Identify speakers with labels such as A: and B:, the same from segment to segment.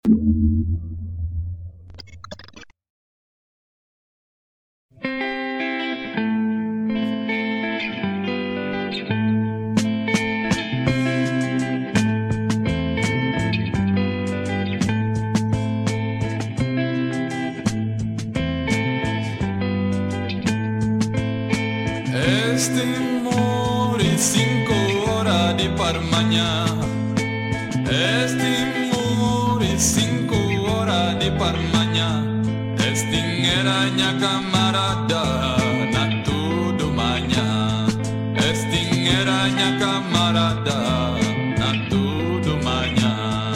A: Estimori 5 horas de parmanhã. Estimori 5 horas de parmanhã. Estim era minha camarada na tudo manhã. Estim era minha camarada na tudo manhã.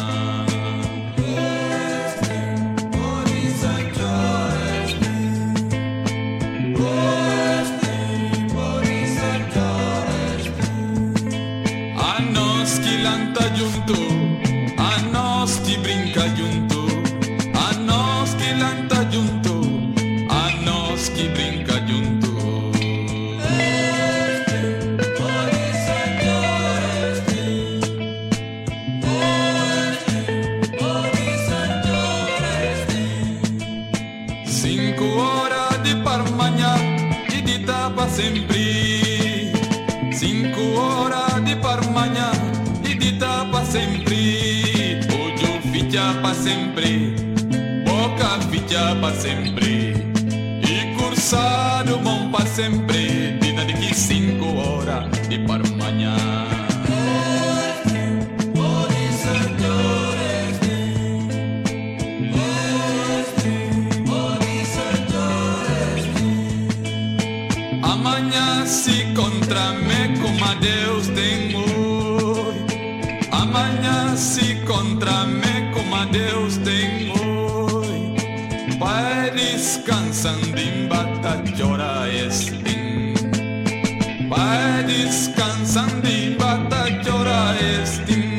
A: A nós que lanta junto, a nós que brinca junto, a nós que lanta junto, a nós que brinca junto. Cinco horas de parmanhã e de tapa sempre. 5 horas de parmanhã e de tapa sempre. Ojo ficha pa sempre, boca ficha pa sempre. E cursado bom pa sempre. Vida de que 5 horas de parmanhã. Amanhã se contra mim como a Deus tem hoje. Amanhã se contra mim como a Deus tem hoje. Pai descansando em bata chora estim. Pai descansando em bata chora estim.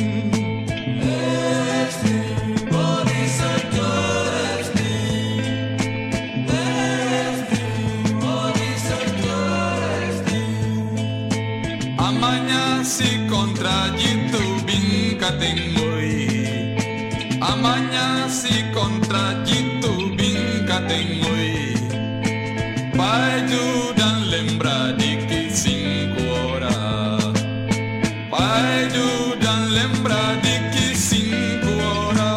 A: Amanhã se contradito binca tem oi. Amanhã se contradito binca tem oi. Pai ajuda lembrar de que 5 horas. Pai ajuda lembrar de que 5 horas.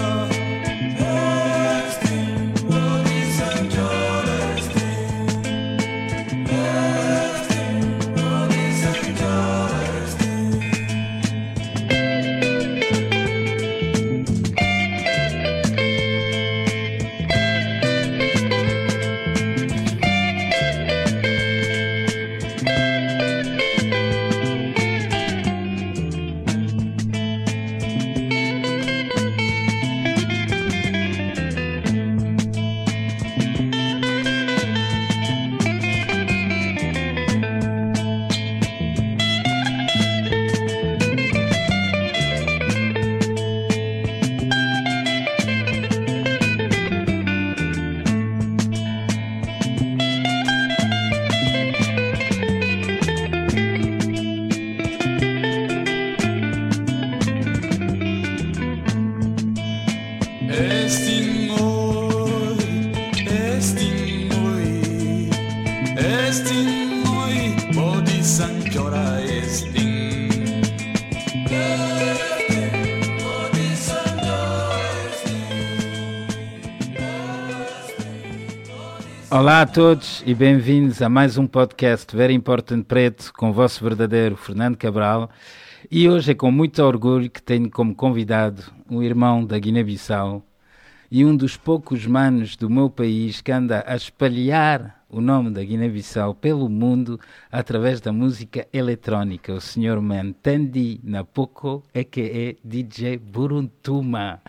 B: Olá a todos e bem-vindos a mais um podcast Very Important Preto com o vosso verdadeiro Fernando Cabral. E hoje é com muito orgulho que tenho como convidado um irmão da Guiné-Bissau e um dos poucos manos do meu país que anda a espalhar o nome da Guiné-Bissau pelo mundo através da música eletrónica, o Sr. Man Tendi Napoko, a.k.a. DJ Buruntuma.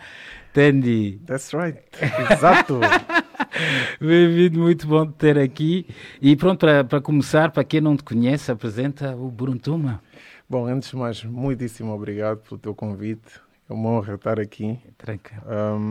B: Tendi.
C: That's right, exato.
B: Bem-vindo, muito bom te ter aqui. E pronto, para começar, para quem não te conhece, apresenta o Buruntuma.
C: Bom, antes de mais, muitíssimo obrigado pelo teu convite. É uma honra estar aqui.
B: Tranquilo.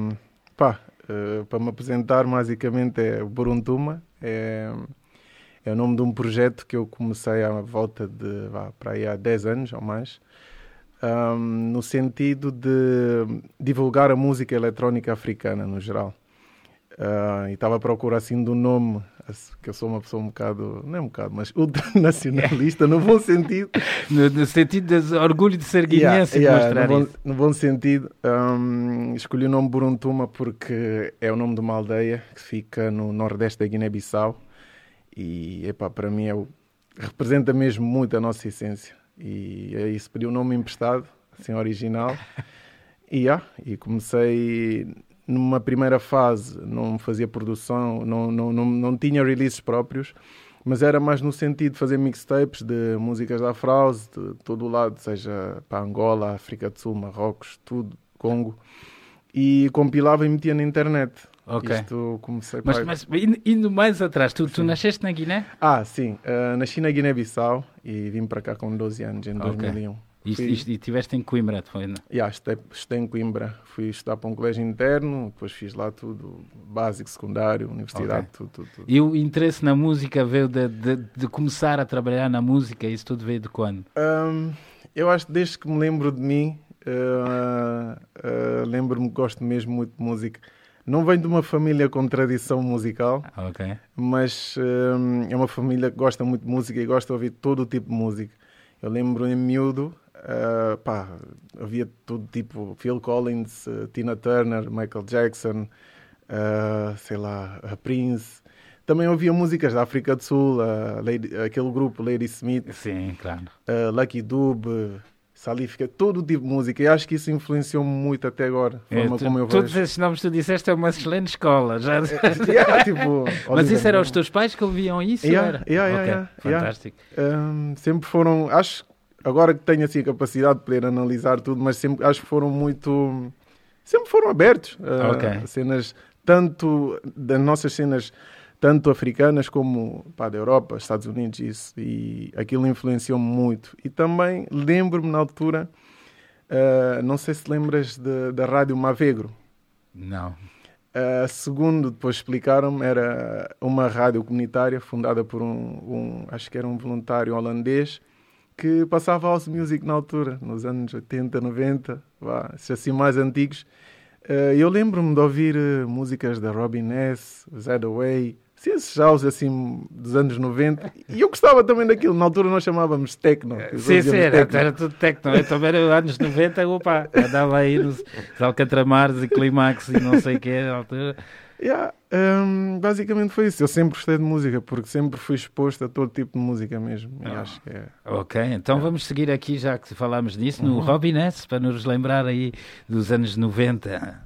C: Para me apresentar, basicamente, é o Buruntuma. É o nome de um projeto que eu comecei à volta de, para aí há 10 anos ou mais. no sentido de divulgar a música eletrónica africana no geral. E estava à procura assim do nome, que eu sou uma pessoa um bocado, não é um bocado, mas ultranacionalista, no bom sentido.
B: No sentido de orgulho de ser guineense e mostrar isso.
C: No bom sentido, escolhi o nome Buruntuma porque é o nome de uma aldeia que fica no nordeste da Guiné-Bissau e, para mim, representa mesmo muito a nossa essência. E é isso, pedi o nome emprestado, assim, original. E comecei... Numa primeira fase não fazia produção, não tinha releases próprios, mas era mais no sentido de fazer mixtapes de músicas da Afrouse, de todo o lado, seja para Angola, África do Sul, Marrocos, tudo, Congo, e compilava e metia na internet.
B: Ok.
C: Isto comecei
B: mas indo mais atrás, tu nasceste na Guiné?
C: Sim. Nasci na Guiné-Bissau e vim para cá com 12 anos, em 2001.
B: E estiveste em Coimbra, foi, não?
C: Estive em Coimbra. Fui estudar para um colégio interno, depois fiz lá tudo, básico, secundário, universidade, tudo.
B: E o interesse na música veio de começar a trabalhar na música, isso tudo veio de quando?
C: Eu acho que desde que me lembro de mim, lembro-me que gosto mesmo muito de música. Não venho de uma família com tradição musical, mas é uma família que gosta muito de música e gosta de ouvir todo o tipo de música. Eu lembro em miúdo, havia todo tipo, Phil Collins, Tina Turner, Michael Jackson, a Prince. Também ouvia músicas da África do Sul, aquele grupo Lady Smith.
B: Sim, claro.
C: Lucky Dube, Salif, todo tipo de música. E acho que isso influenciou-me muito até agora. Como eu vejo.
B: Todos esses nomes que tu disseste é uma excelente escola. Já... Mas isso eram os teus pais que ouviam isso? Fantástico.
C: Sempre foram, acho, agora que tenho assim a capacidade de poder analisar tudo, mas sempre acho que foram muito, sempre foram abertos. Cenas, tanto das nossas cenas, tanto africanas como da Europa, Estados Unidos, isso, e aquilo influenciou-me muito. E também lembro-me na altura, não sei se lembras da Rádio Mavegro.
B: Não.
C: Segundo depois explicaram-me, era uma rádio comunitária fundada por acho que era um voluntário holandês que passava house music na altura, nos anos 80, 90, assim mais antigos. Eu lembro-me de ouvir músicas da Robin S., Zed Away, esses house assim dos anos 90, e eu gostava também daquilo. Na altura nós chamávamos techno.
B: Sim, era tudo techno. Eu também era anos 90, andava aí nos Alcatramares e Climax e não sei o que na altura.
C: Basicamente foi isso. Eu sempre gostei de música, porque sempre fui exposto a todo tipo de música mesmo. E acho que
B: Ok, então vamos seguir aqui, já que falámos nisso, no Robin S., para nos lembrar aí dos anos 90.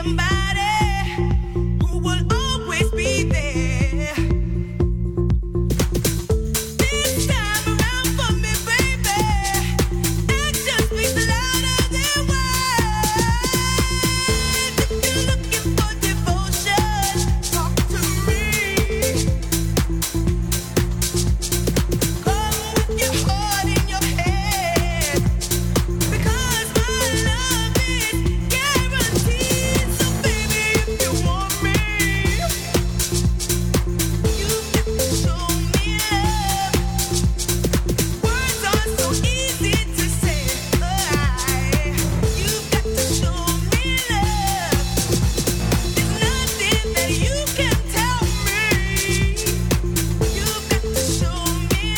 D: somebody who will always be there. This time around for me, baby, actions speak louder than words. If you're looking for devotion, talk to me. Come with your heart in your head, because my love is guaranteed. So baby, if you want me, you've got to show me love. Words are so easy to say, you've got to show me love. There's nothing that you can tell me. You've got to show me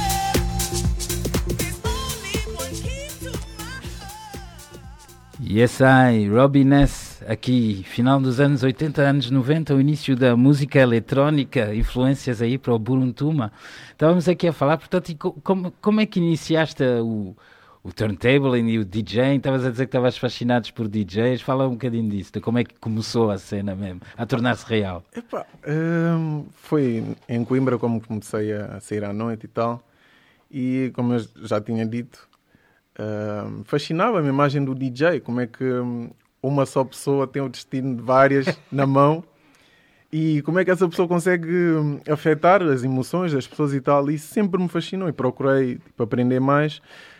D: love. There's only one key to my heart.
B: Yes, I, Robbie Ness, aqui, final dos anos 80, anos 90, o início da música eletrónica, influências aí para o Buruntuma. Estávamos aqui a falar, portanto, e como é que iniciaste o turntable e o DJ? Estavas a dizer que estavas fascinado por DJs, fala um bocadinho disso, de como é que começou a cena mesmo, a tornar-se real.
C: Epá, foi em Coimbra como comecei a sair à noite e tal. E como eu já tinha dito, fascinava-me a imagem do DJ, como é que uma só pessoa tem o destino de várias na mão e como é que essa pessoa consegue afetar as emoções das pessoas e tal. E isso sempre me fascinou e procurei aprender mais.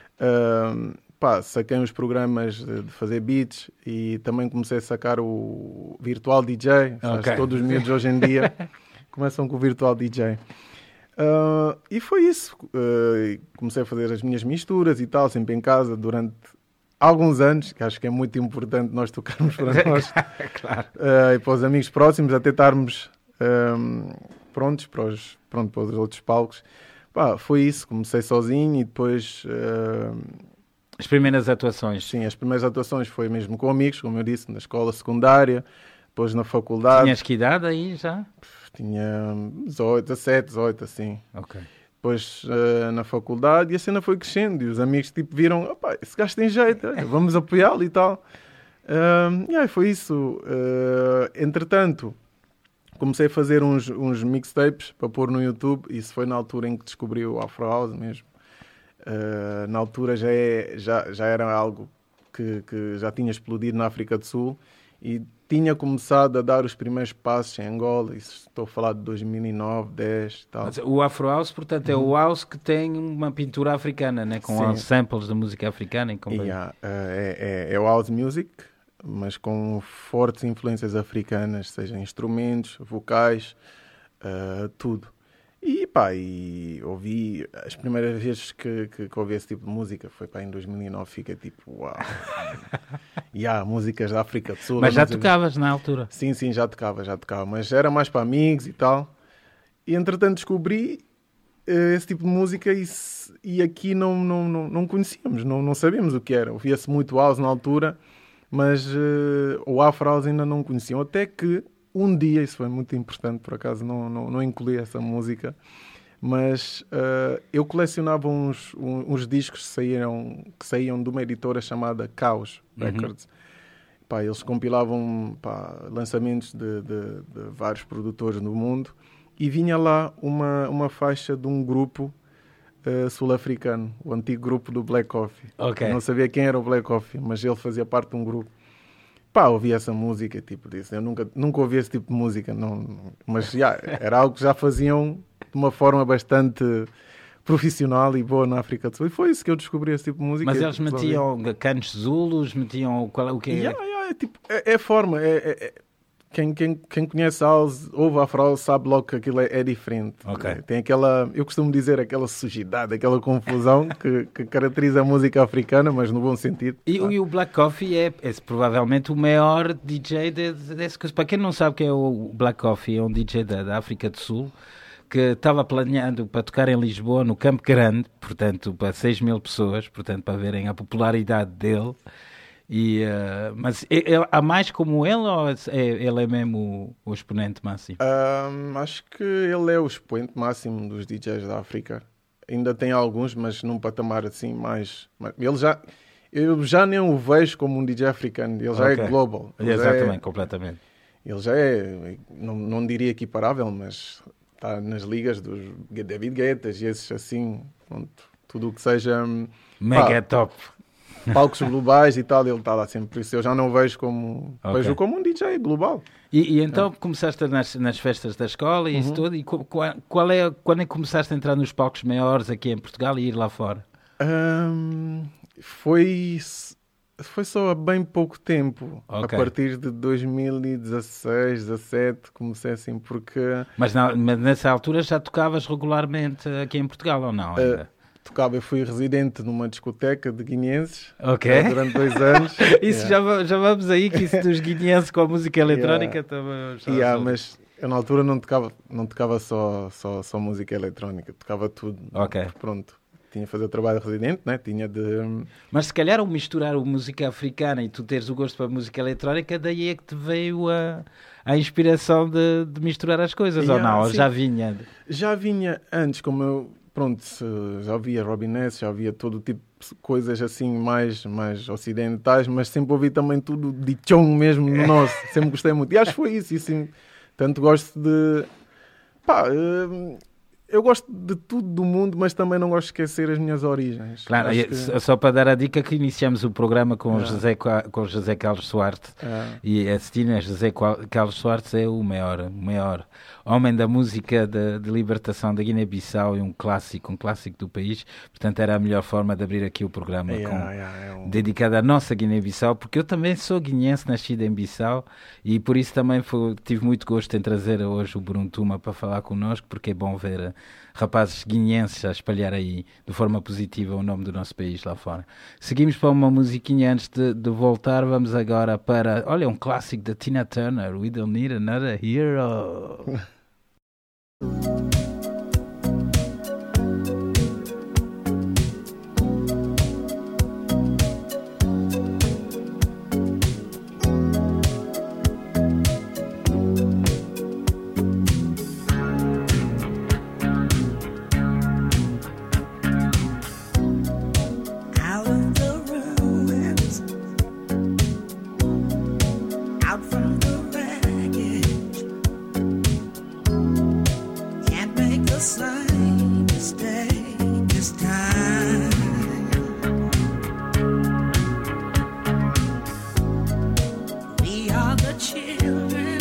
C: Saquei uns programas de fazer beats e também comecei a sacar o Virtual DJ.
B: Ok.
C: Todos os miúdos hoje em dia começam com o Virtual DJ. E foi isso. Comecei a fazer as minhas misturas e tal, sempre em casa, durante alguns anos, que acho que é muito importante nós tocarmos para nós.
B: Claro.
C: E para os amigos próximos, até estarmos prontos para os outros palcos. Foi isso. Comecei sozinho e depois...
B: As primeiras atuações.
C: sim, as primeiras atuações foi mesmo com amigos, como eu disse, na escola secundária, depois na faculdade.
B: Tinhas que idade aí já?
C: Tinha 17, 18, assim.
B: Ok.
C: Depois na faculdade e a cena foi crescendo e os amigos viram, opa, esse gajo tem jeito, vamos apoiá-lo e tal. E aí foi isso. Entretanto, comecei a fazer uns mixtapes para pôr no YouTube. Isso foi na altura em que descobri o Afro House mesmo. Na altura já era algo que já tinha explodido na África do Sul e tinha começado a dar os primeiros passos em Angola. Isso estou a falar de 2009, 10 e tal.
B: Mas o Afro House, portanto, é o house que tem uma pintura africana, né? Com
C: Sim.
B: os samples da música africana. Em companhia.
C: É o house music, mas com fortes influências africanas, seja instrumentos, vocais, tudo. E ouvi, as primeiras vezes que ouvi esse tipo de música foi em 2009, fica tipo, uau. Músicas da África do Sul.
B: Mas já tocavas na altura?
C: Sim, já tocava, mas era mais para amigos e tal. E entretanto descobri esse tipo de música e aqui não conhecíamos, não sabíamos o que era. Ouvia-se muito house na altura, mas o Afro House ainda não conheciam, até que um dia, isso foi muito importante, por acaso não incluí essa música, mas eu colecionava uns discos que saíam de uma editora chamada Caos Records. Eles compilavam lançamentos de vários produtores no mundo e vinha lá uma faixa de um grupo sul-africano, o antigo grupo do Black Coffee.
B: Okay.
C: Eu não sabia quem era o Black Coffee, mas ele fazia parte de um grupo. Ouvi essa música, tipo disso. Eu nunca ouvi esse tipo de música, mas era algo que já faziam de uma forma bastante profissional e boa na África do Sul. E foi isso que eu descobri, esse tipo de música.
B: Mas eles metiam canos zulus, metiam o que
C: é a forma. Quem conhece house, ouve Afro House, sabe logo que aquilo é diferente.
B: Okay.
C: Tem aquela, eu costumo dizer, aquela sujidade, aquela confusão que caracteriza a música africana, mas no bom sentido.
B: E o Black Coffee é provavelmente o maior DJ desse coisa. Para quem não sabe o que é o Black Coffee, é um DJ da África do Sul que estava planeando para tocar em Lisboa, no Campo Grande, portanto, para 6 mil pessoas, portanto, para verem a popularidade dele. Mas há mais como ele ou ele é mesmo o exponente máximo?
C: Acho que ele é o expoente máximo dos DJs da África. Ainda tem alguns, mas num patamar assim mais... Eu já nem o vejo como um DJ africano, ele já
B: Ok.
C: é global. Ele
B: Exatamente, completamente.
C: Ele já é, não diria equiparável, mas está nas ligas dos David Guettas e esses assim, pronto, tudo o que seja
B: Mega top.
C: palcos globais e tal, ele está lá sempre. Por isso eu já não o vejo como,
B: Ok.
C: vejo como um DJ global.
B: E então começaste nas festas da escola e isso tudo, e quando é que começaste a entrar nos palcos maiores aqui em Portugal e ir lá fora?
C: Foi só há bem pouco tempo.
B: Ok.
C: A partir de 2016, 17, comecei assim, porque
B: Mas nessa altura já tocavas regularmente aqui em Portugal ou não? Ainda?
C: tocava, eu fui residente numa discoteca de guineenses
B: Ok.
C: durante 2 anos.
B: Isso já vamos aí, que isso dos guineenses com a música eletrónica também.
C: Mas eu na altura não tocava só música eletrónica, tocava tudo.
B: Ok.
C: Pronto. Tinha de fazer trabalho de residente, né? Tinha de...
B: Mas se calhar ao misturar a música africana e tu teres o gosto para a música eletrónica, daí é que te veio a inspiração de misturar as coisas, ou não? Ou
C: sim.
B: já vinha?
C: Já vinha antes, como eu, pronto, já ouvia Robin S, já ouvia todo tipo de coisas assim mais ocidentais, mas sempre ouvi também tudo de chong mesmo no nosso, sempre gostei muito. E acho que foi isso, e sim, tanto gosto de... eu gosto de tudo do mundo, mas também não gosto de esquecer as minhas origens.
B: Claro,
C: Acho
B: e
C: que-
B: só para dar a dica que iniciamos o programa com o José Carlos Soares e assistir José Carlos Soares é o maior homem da música de libertação da Guiné-Bissau e um clássico do país, portanto era a melhor forma de abrir aqui o programa dedicado à nossa Guiné-Bissau, porque eu também sou guineense, nascido em Bissau, e por isso também tive muito gosto em trazer hoje o Buruntuma para falar connosco, porque é bom ver rapazes guineenses a espalhar aí de forma positiva o nome do nosso país lá fora. Seguimos para uma musiquinha antes de voltar. Vamos agora para, olha, um clássico da Tina Turner, We Don't Need Another Hero.
E: Out of the ruins, out from the wreckage, can't make the same mistake this time. We are the children,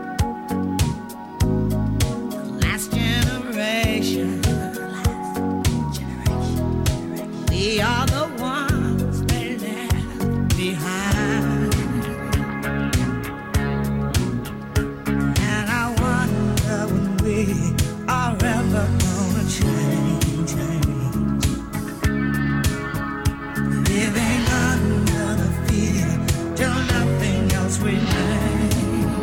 E: the last generation. We are the ones they left behind. And I wonder when we are ever gonna change. Living under the fear till nothing else remains.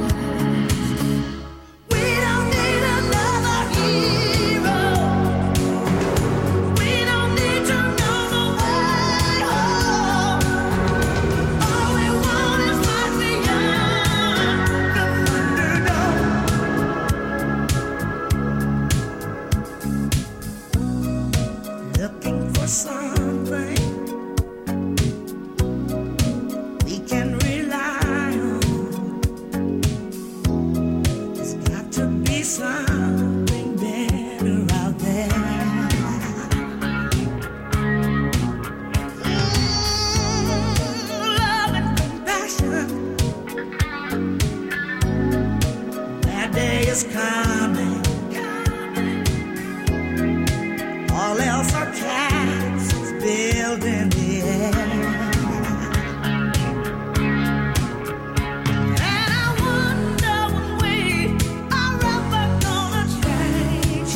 E: We don't need another hero. We don't need to know the way home. All we want is life beyond the Thunderdome. Looking for something we can rely on. There's got to be something better out there. Love and compassion. That day is coming. All else are castles built in the air. And I wonder when we are ever gonna change.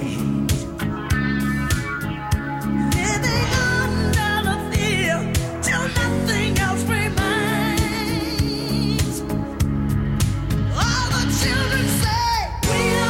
E: Living under the fear till nothing else remains. All the children say we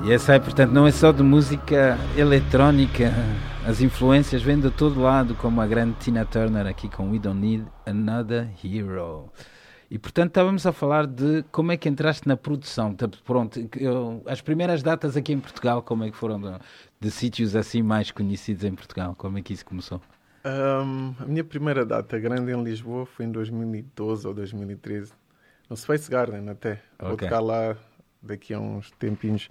B: E essa é, portanto, não é só de música eletrónica, as influências vêm de todo lado, como a grande Tina Turner aqui com We Don't Need Another Hero. E, portanto, estávamos a falar de como é que entraste na produção. Pronto, as primeiras datas aqui em Portugal, como é que foram de sítios assim mais conhecidos em Portugal? Como é que isso começou?
C: A minha primeira data grande em Lisboa foi em 2012 ou 2013, no Space Garden até. Vou
B: Ok.
C: tocar lá daqui a uns tempinhos.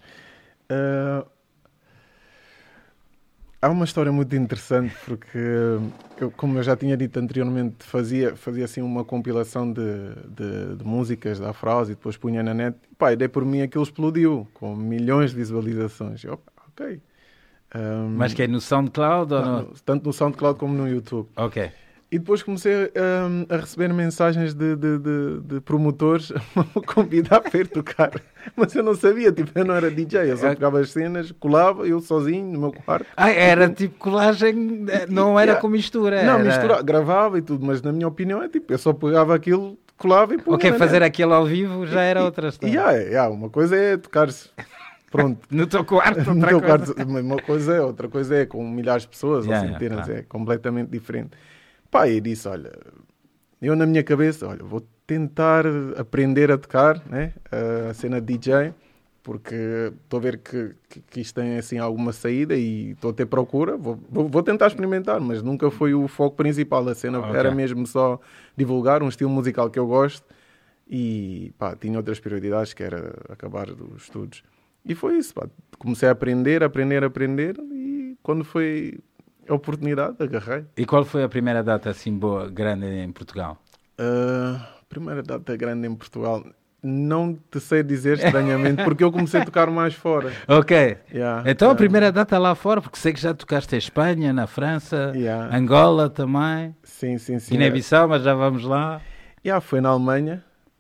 C: Há uma história muito interessante porque eu, como eu já tinha dito anteriormente, fazia assim uma compilação de músicas da Afrouse e depois punha na net. Pá, e dei por mim, aquilo explodiu com milhões de visualizações. Eu, ok.
B: Mas que é no SoundCloud ou no...
C: Tanto no SoundCloud como no YouTube.
B: Ok.
C: E depois comecei a receber mensagens de promotores a me convidar para ir tocar. Mas eu não sabia, tipo, eu não era DJ, eu só pegava as cenas, colava, eu sozinho, no meu quarto.
B: Era tipo colagem, não era com mistura.
C: Não,
B: era...
C: misturava, gravava e tudo, mas na minha opinião é tipo, eu só pegava aquilo, colava e punha.
B: Ok,
C: na
B: fazer
C: net.
B: aquilo ao vivo já era outra história.
C: Uma coisa é tocar-se, pronto.
B: No teu quarto,
C: No
B: outra
C: teu
B: coisa.
C: quarto, uma coisa é, outra coisa é com milhares de pessoas
B: Yeah,
C: ou centenas,
B: claro.
C: é completamente diferente. Pá, e disse, olha, eu na minha cabeça, olha, vou tentar aprender a tocar, né, a cena de DJ, porque estou a ver que isto tem assim alguma saída e estou a ter procura, vou tentar experimentar, mas nunca foi o foco principal, a cena
B: Ok.
C: era mesmo só divulgar um estilo musical que eu gosto e pá, tinha outras prioridades que era acabar os estudos. E foi isso, pá, comecei a aprender e quando foi a oportunidade, agarrei.
B: E qual foi a primeira data assim boa, grande em Portugal?
C: Primeira data grande em Portugal, não te sei dizer estranhamente, porque eu comecei a tocar mais fora.
B: Ok.
C: Yeah,
B: Então a
C: yeah.
B: primeira data lá fora, porque sei que já tocaste em Espanha, na França,
C: Yeah.
B: Angola também,
C: Sim.
B: Guiné-Bissau, mas já vamos lá.
C: Foi na Alemanha.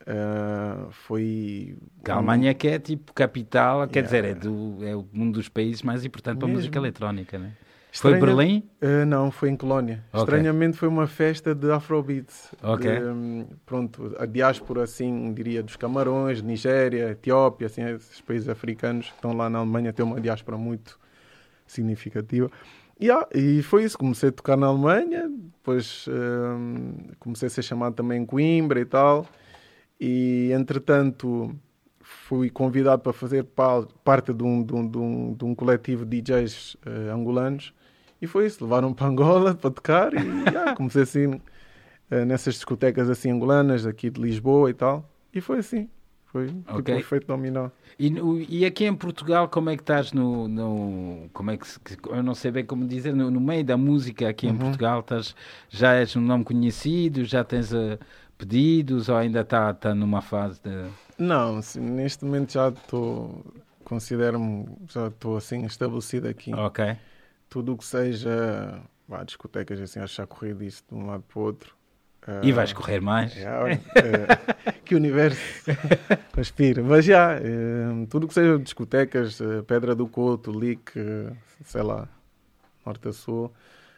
C: Foi...
B: Que a Alemanha que é tipo capital, quer
C: Yeah.
B: dizer, é um dos países mais importantes para a
C: Mesmo.
B: música eletrónica, né? Foi
C: Estranha-
B: Berlim?
C: Não, foi em Colónia.
B: Ok.
C: Estranhamente foi uma festa de Afrobeat.
B: Ok.
C: Pronto, a diáspora, assim, diria, dos Camarões, Nigéria, Etiópia, assim, esses países africanos que estão lá na Alemanha, tem uma diáspora muito significativa. E foi isso, comecei a tocar na Alemanha, depois comecei a ser chamado também em Coimbra e tal, e entretanto fui convidado para fazer parte de um coletivo de DJs angolanos, e foi isso, levaram-me para Angola para tocar e comecei assim nessas discotecas assim angolanas aqui de Lisboa e tal, e foi assim, foi tipo
B: Ok.
C: um efeito dominó.
B: E aqui em Portugal, como é que estás como é que eu não sei bem como dizer, no meio da música aqui em Portugal, já és um nome conhecido, já tens pedidos ou ainda está numa fase de...
C: Não, sim, neste momento já considero-me, já estou assim estabelecido aqui.
B: Ok.
C: Tudo o que seja, discotecas assim, acho que já corri disso de um lado para o outro.
B: E vais correr mais?
C: Olha, que universo conspira. Mas tudo o que seja discotecas, Pedra do Couto, Lick, sei lá, Norte a Sul,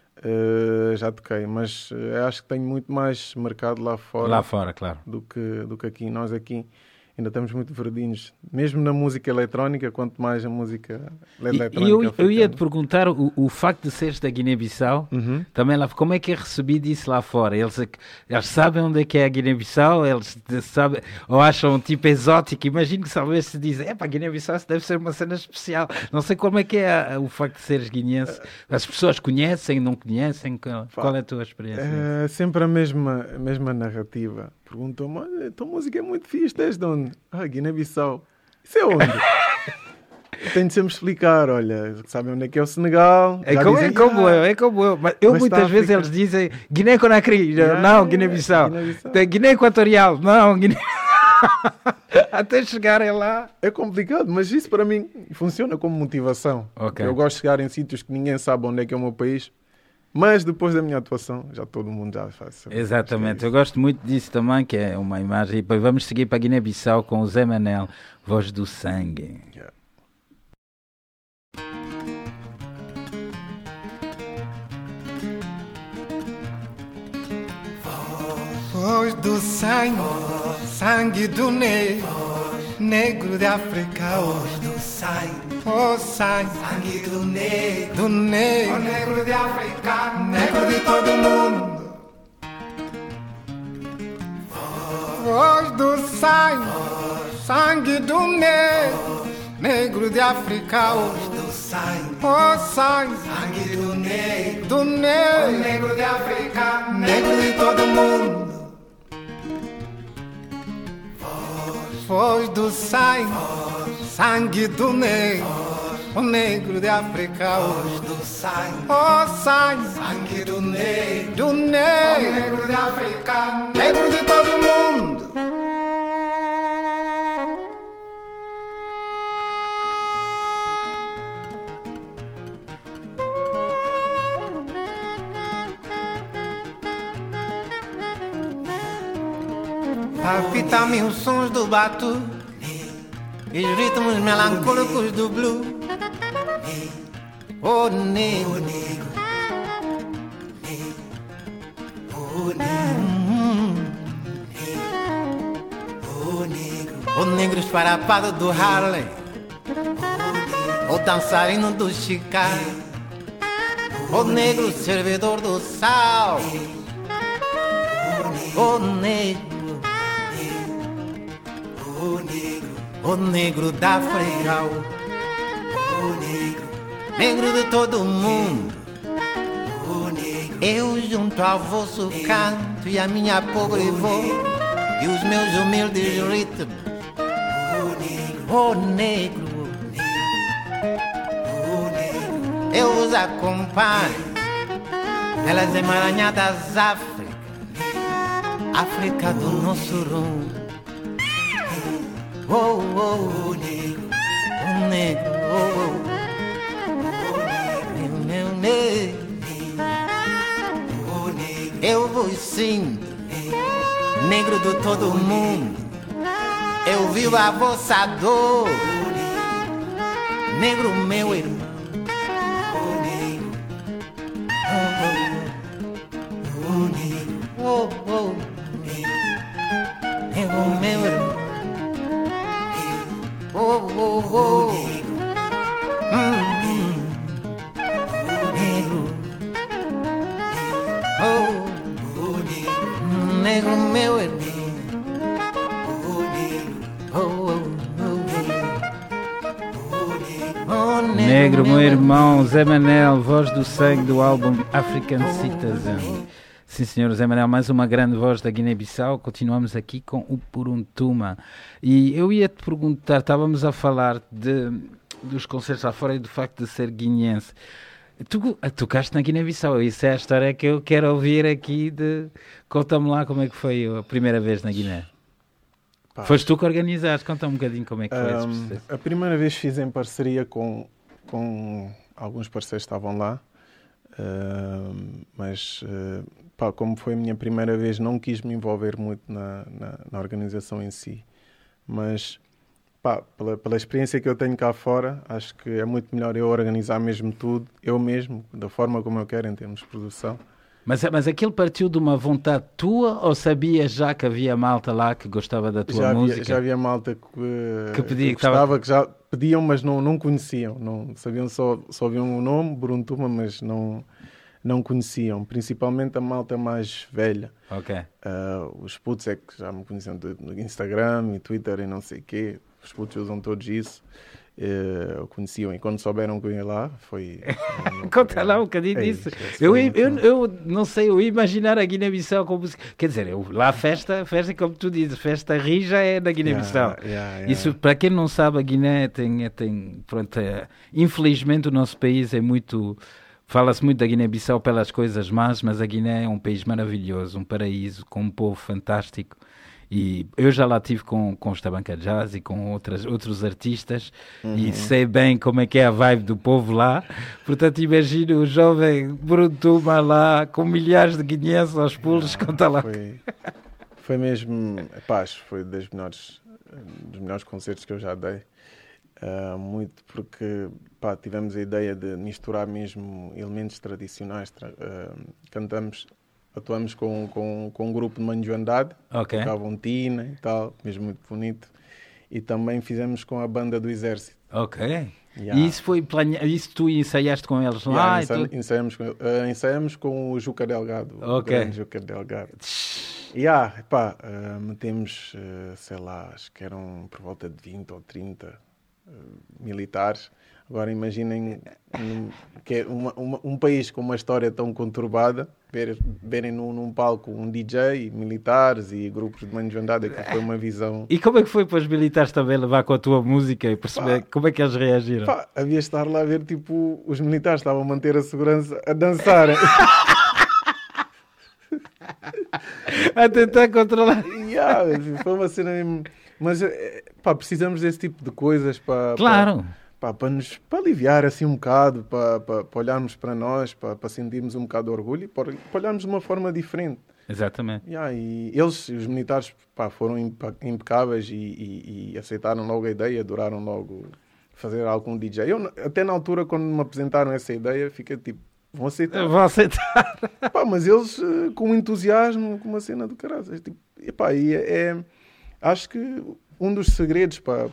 C: já toquei. Mas acho que tenho muito mais mercado lá fora,
B: Lá fora, claro.
C: do que aqui. Nós aqui ainda estamos muito verdinhos. Mesmo na música eletrónica, quanto mais a música eletrónica
B: E eu ia
C: africana.
B: te perguntar, o facto de seres da Guiné-Bissau, também lá, como é que é recebido isso lá fora? Eles sabem onde é que é a Guiné-Bissau? Eles sabem, ou acham tipo exótico? Imagino que talvez se dizem, para a Guiné-Bissau isso deve ser uma cena especial. Não sei como é que é o facto de seres guineense. As pessoas conhecem, não conhecem? Qual é a tua experiência?
C: É sempre a mesma narrativa. Perguntam-me, olha, a tua música é muito fixe, desde onde? Guiné-Bissau. Isso é onde? Eu tenho de sempre explicar, olha, sabem onde é que é o Senegal?
B: É
C: Já
B: como,
C: dizem,
B: é como eu. Mas eu
C: Mas
B: muitas
C: está
B: vezes
C: África.
B: eles dizem Guiné-Conakry, não, Guiné-Bissau.
C: Guiné-Bissau.
B: Tem Guiné-Equatorial, não, Guiné... Até chegarem lá.
C: É complicado, mas isso para mim funciona como motivação.
B: Ok.
C: Eu gosto de chegar em sítios que ninguém sabe onde é que é o meu país, mas depois da minha atuação, já todo mundo já faz.
B: Exatamente, eu gosto muito disso também, que é uma imagem. E depois vamos seguir para Guiné-Bissau com o Zé Manel, Voz do Sangue.
C: Yeah.
F: Voz do sangue, sangue do negro. negro de África, o sangue do negro, o negro de África, negro de todo mundo. Voz do sangue do negro, negro de África, o sangue do negro, o negro de África, negro de todo mundo. Voz do sangue do negro, o negro de África, o sangue do negro, o negro de África, negro de todo mundo. Palpita-me os sons do batu e os ritmos melancólicos do blue. O negro, o negro esfarrapado do Harlem, o dançarino do Chicago, o negro servidor do sal, o negro, o negro da África, negro de todo mundo. Eu junto ao vosso canto e a minha pobre voz e os meus humildes ritmos. O negro, eu vos acompanho pelas emaranhadas Áfricas, África do nosso rumo. Oh, oh, o negro, oh, oh, meu negro, eu vos sinto, negro de todo mundo, eu vivo a vossa dor, negro meu irmão, oh, oh, negro meu irmão. Oh, oh, oh. Negro. Oh, negro meu irmão. Oh, oh, oh. Oh,
B: Negro, meu irmão, Zé Manel, voz do sangue do álbum African Citizen. Sim, senhor Zé Manel, mais uma grande voz da Guiné-Bissau. Continuamos aqui com o Puruntuma. E eu ia te perguntar, estávamos a falar dos concertos lá fora e do facto de ser guineense. Tu tocaste na Guiné-Bissau, isso é a história que eu quero ouvir aqui. Conta-me lá como é que foi a primeira vez na Guiné.
C: Pá,
B: Foste tu que organizaste, conta-me um bocadinho como é que foi esse processo.
C: a primeira vez fiz em parceria com alguns parceiros que estavam lá, mas pá, como foi a minha primeira vez, não quis me envolver muito na organização em si. Mas pá, pela experiência que eu tenho cá fora, acho que é muito melhor eu organizar mesmo tudo, eu mesmo, da forma como eu quero em termos de produção.
B: Mas aquilo partiu de uma vontade tua ou sabias já que havia malta lá que gostava da tua música?
C: Já havia malta
B: Que pedia,
C: que gostava, que já pediam, mas não conheciam. Não sabiam, só ouviam o nome, Buruntuma, mas não conheciam. Principalmente a malta mais velha.
B: Ok.
C: Os putos é que já me conheciam do Instagram e Twitter e não sei o quê. Os putos usam todos isso. Conheciam e quando souberam que eu ia lá foi...
B: Conta lá um bocadinho disso. Eu não sei, eu ia imaginar a Guiné-Bissau como... Quer dizer, lá festa como tu dizes, festa rija é na Guiné-Bissau. Isso, para quem não sabe, a Guiné tem pronto, infelizmente o nosso país é muito... Fala-se muito da Guiné-Bissau pelas coisas más, mas a Guiné é um país maravilhoso, um paraíso, com um povo fantástico. E eu já lá estive com os Tabanca Jazz e com outros artistas e sei bem como é que é a vibe do povo lá. Portanto, imagino o jovem Buruntuma lá com milhares de guineenses aos pulos. Conta lá.
C: Foi mesmo, paz, foi dos melhores concertos que eu já dei. Muito porque tivemos a ideia de misturar mesmo elementos tradicionais. Atuamos com um grupo de Manjoandade,
B: Ok.
C: tocavam tina e tal, mesmo muito bonito. e também fizemos com a banda do Exército.
B: Ok.
C: Yeah.
B: E isso foi isso tu ensaiaste com eles lá?
C: Yeah,
B: e tu-
C: ensaiamos com o Juca Delgado, o
B: Ok.
C: grande Juca Delgado. Yeah, pá, metemos, sei lá, acho que eram por volta de 20 ou 30 militares. Agora imaginem que é um país com uma história tão conturbada, verem num palco um DJ, militares e grupos de manhos de andada, que foi uma visão...
B: E como é que foi para os militares também levar com a tua música e perceber como é que eles reagiram?
C: Pá, havia de estar lá a ver, tipo, os militares estavam a manter a segurança a dançarem.
B: A tentar controlar.
C: Yeah, foi uma cena mesmo... Mas, pá, precisamos desse tipo de coisas para...
B: Claro.
C: Para aliviar assim um bocado, para olharmos para nós, para sentirmos um bocado de orgulho e para olharmos de uma forma diferente.
B: Exatamente.
C: Yeah, e eles, os militares, pá, foram impecáveis e aceitaram logo a ideia, adoraram logo fazer algo com o DJ. Eu, até na altura, quando me apresentaram essa ideia, fiquei tipo, vão aceitar.
B: Vou aceitar.
C: Pá, mas eles, com entusiasmo, com uma cena do caralho. Tipo, acho que um dos segredos para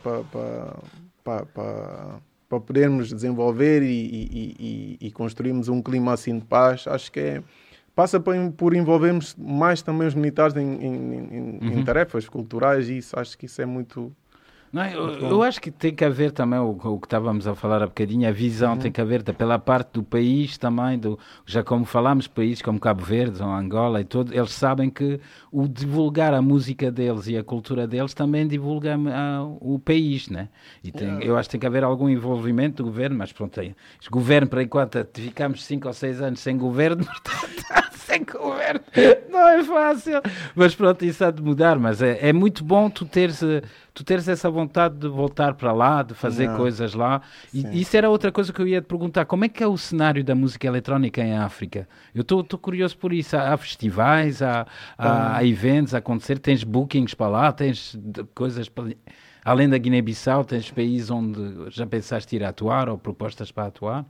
C: podermos desenvolver e construirmos um clima assim de paz, acho que passa por envolvermos mais também os militares em tarefas culturais e isso, acho que isso é muito...
B: Não, eu acho que tem que haver também o que estávamos a falar há bocadinho, a visão tem que haver pela parte do país também, já como falámos, países como Cabo Verde ou Angola e tudo, eles sabem que o divulgar a música deles e a cultura deles também divulga o país, né? E eu acho que tem que haver algum envolvimento do governo, mas pronto, o governo, por enquanto, ficamos 5 ou 6 anos sem governo, portanto, sem governo, não é fácil. Mas pronto, isso há de mudar, mas é muito bom tu teres essa vontade de voltar para lá, de fazer coisas lá. E isso era outra coisa que eu ia te perguntar. Como é que é o cenário da música eletrónica em África? Eu estou curioso por isso. Há festivais, há eventos a acontecer, tens bookings para lá, tens coisas para... Além da Guiné-Bissau, tens países onde já pensaste ir atuar ou propostas para atuar?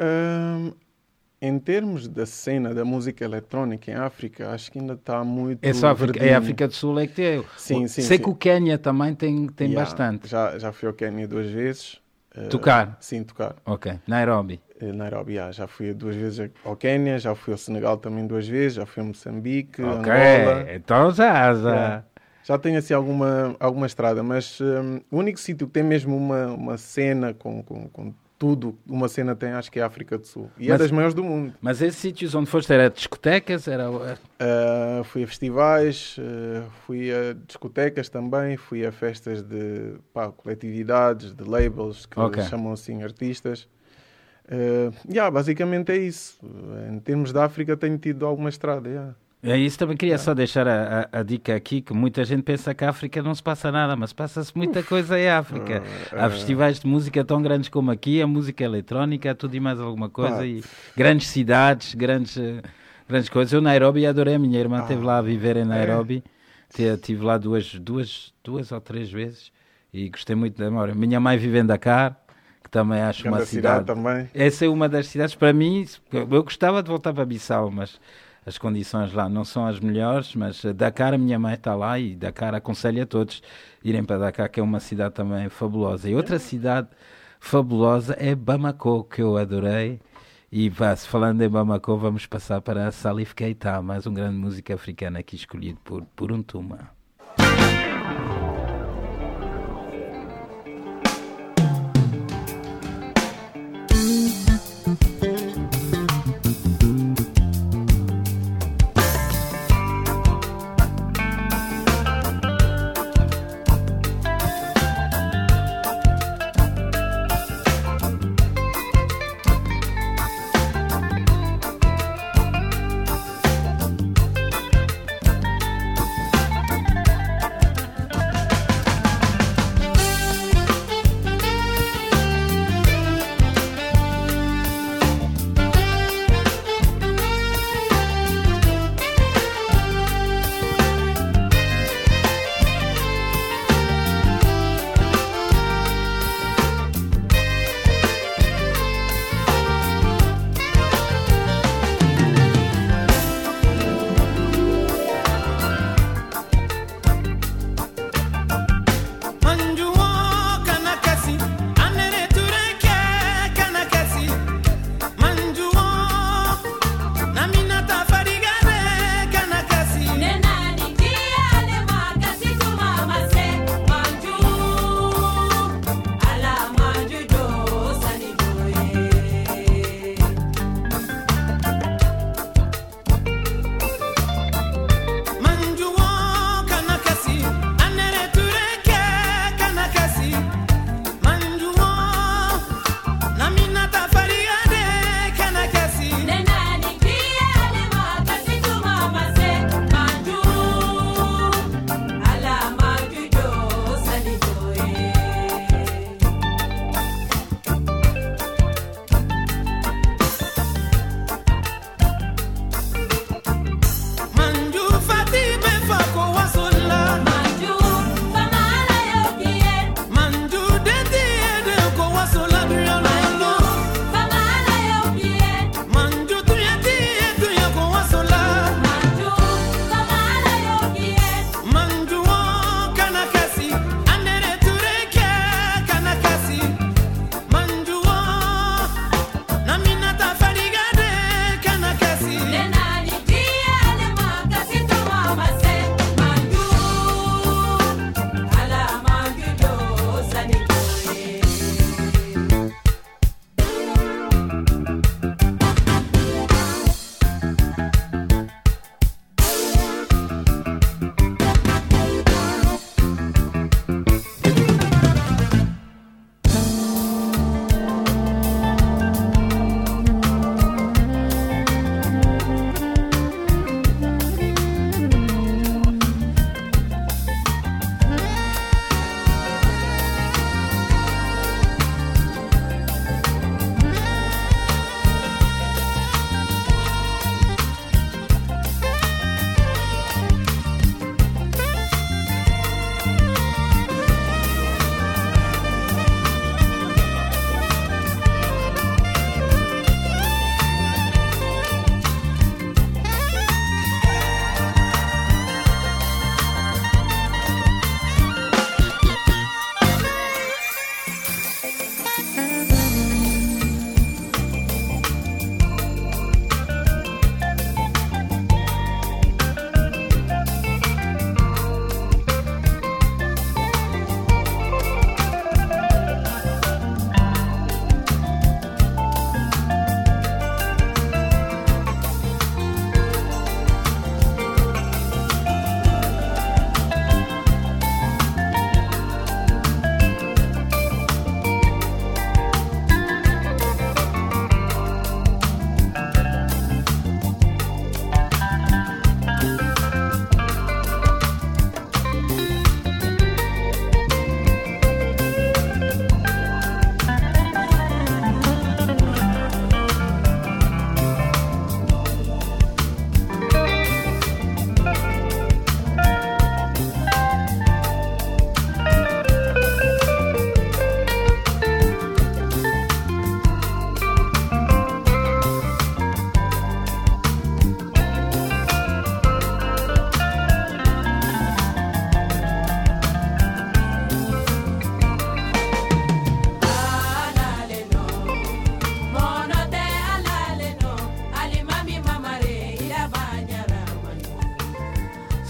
C: Em termos da cena da música eletrónica em África, acho que ainda está muito...
B: É só África,
C: verdinho.
B: é África do Sul é que tem.
C: Sim,
B: Sei
C: sim.
B: que o Quénia também tem
C: Yeah,
B: bastante.
C: Já fui ao Quénia 2 vezes.
B: Tocar?
C: Sim, tocar.
B: Ok. Nairobi.
C: Nairobi, já fui 2 vezes ao Quénia, já fui ao Senegal também 2 vezes, já fui a Moçambique,
B: Ok.
C: Angola.
B: Então já.
C: Já tenho assim alguma estrada, mas o único sítio que tem mesmo uma cena com tudo, uma cena tem, acho que é a África do Sul. E é
B: Mas-
C: das maiores do mundo.
B: Mas esses sítios onde foste era discotecas?
C: Fui a festivais, fui a discotecas também, fui a festas de coletividades, de labels, que
B: Ok.
C: chamam assim artistas. Basicamente é isso. Em termos de África tenho tido alguma estrada.
B: É isso, também queria só deixar a dica aqui, que muita gente pensa que a África não se passa nada, mas passa-se muita coisa em África. Há festivais de música tão grandes como aqui, a música eletrónica, tudo e mais alguma coisa, e grandes cidades, grandes coisas. Eu, Nairobi, adorei, a minha irmã esteve lá a viver em Nairobi, estive lá duas ou 3 vezes, e gostei muito da memória. Minha mãe vive em Dakar, que também acho
C: Grande
B: uma cidade...
C: também.
B: Essa é uma das cidades, para mim, eu gostava de voltar para Bissau, mas as condições lá não são as melhores, mas Dakar, a minha mãe está lá e Dakar aconselho a todos irem para Dakar, que é uma cidade também fabulosa. E outra cidade fabulosa é Bamako, que eu adorei. E falando em Bamako, vamos passar para Salif Keita, mais um grande músico africano aqui escolhido por Untuma.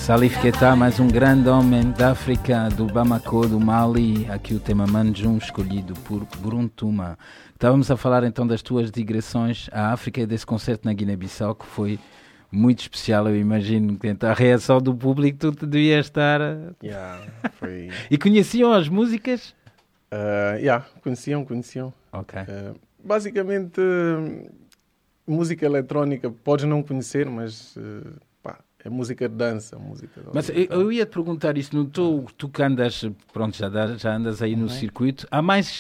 B: Salif Keita, mais um grande homem da África, do Bamako, do Mali. Aqui o tema Manjum, escolhido por Buruntuma. Estávamos a falar então das tuas digressões à África e desse concerto na Guiné-Bissau, que foi muito especial, eu imagino. A reação do público, tu devias estar...
C: Yeah, foi...
B: E conheciam as músicas?
C: Conheciam.
B: Ok.
C: Basicamente, música eletrónica podes não conhecer, mas é música de dança.
B: Mas eu ia te perguntar isso, tu que andas, pronto, já andas aí no circuito, há mais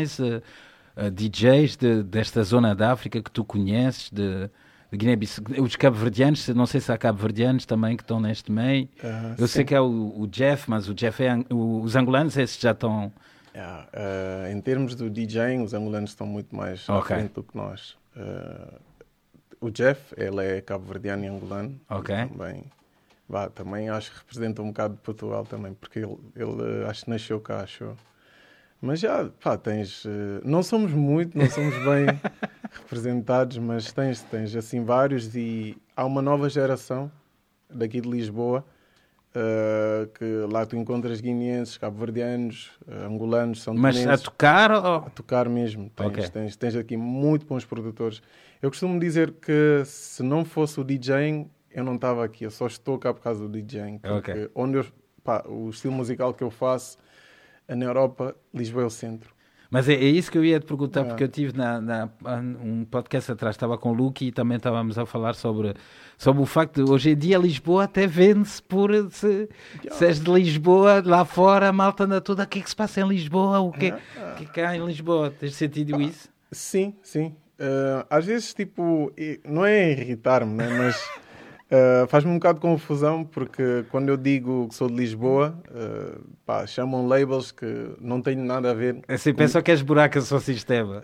B: DJs desta zona da África que tu conheces, de Guiné-Bissau, os cabo-verdianos, não sei se há cabo-verdianos também que estão neste meio. Eu sei que é o Jeff, mas o Jeff os angolanos, esses já estão...
C: em termos do DJing, os angolanos estão muito mais à frente do que nós. O Jeff, ele é cabo-verdiano e angolano. Também acho que representa um bocado de Portugal também, porque ele acho que nasceu cá, achou. Mas tens... não somos bem representados, mas tens assim vários, e há uma nova geração daqui de Lisboa, que lá tu encontras guineenses, cabo-verdianos, angolanos, são
B: Mas a tocar? Ou...
C: A tocar mesmo. Tens aqui muito bons produtores. Eu costumo dizer que se não fosse o DJing, eu não estava aqui. Eu só estou cá por causa do DJing. Porque o estilo musical que eu faço na Europa, Lisboa é o centro.
B: Mas é isso que eu ia te perguntar, porque eu tive um podcast atrás, estava com o Luki e também estávamos a falar sobre o facto de hoje em dia Lisboa até vende-se por se és de Lisboa, lá fora a malta anda toda, o que é que se passa em Lisboa, o que é que há em Lisboa? Tens sentido isso?
C: Sim. Às vezes, não é irritar-me, né? Mas faz-me um bocado de confusão, porque quando eu digo que sou de Lisboa, chamam labels que não têm nada a ver.
B: Assim, pensam que és buraco ao seu sistema.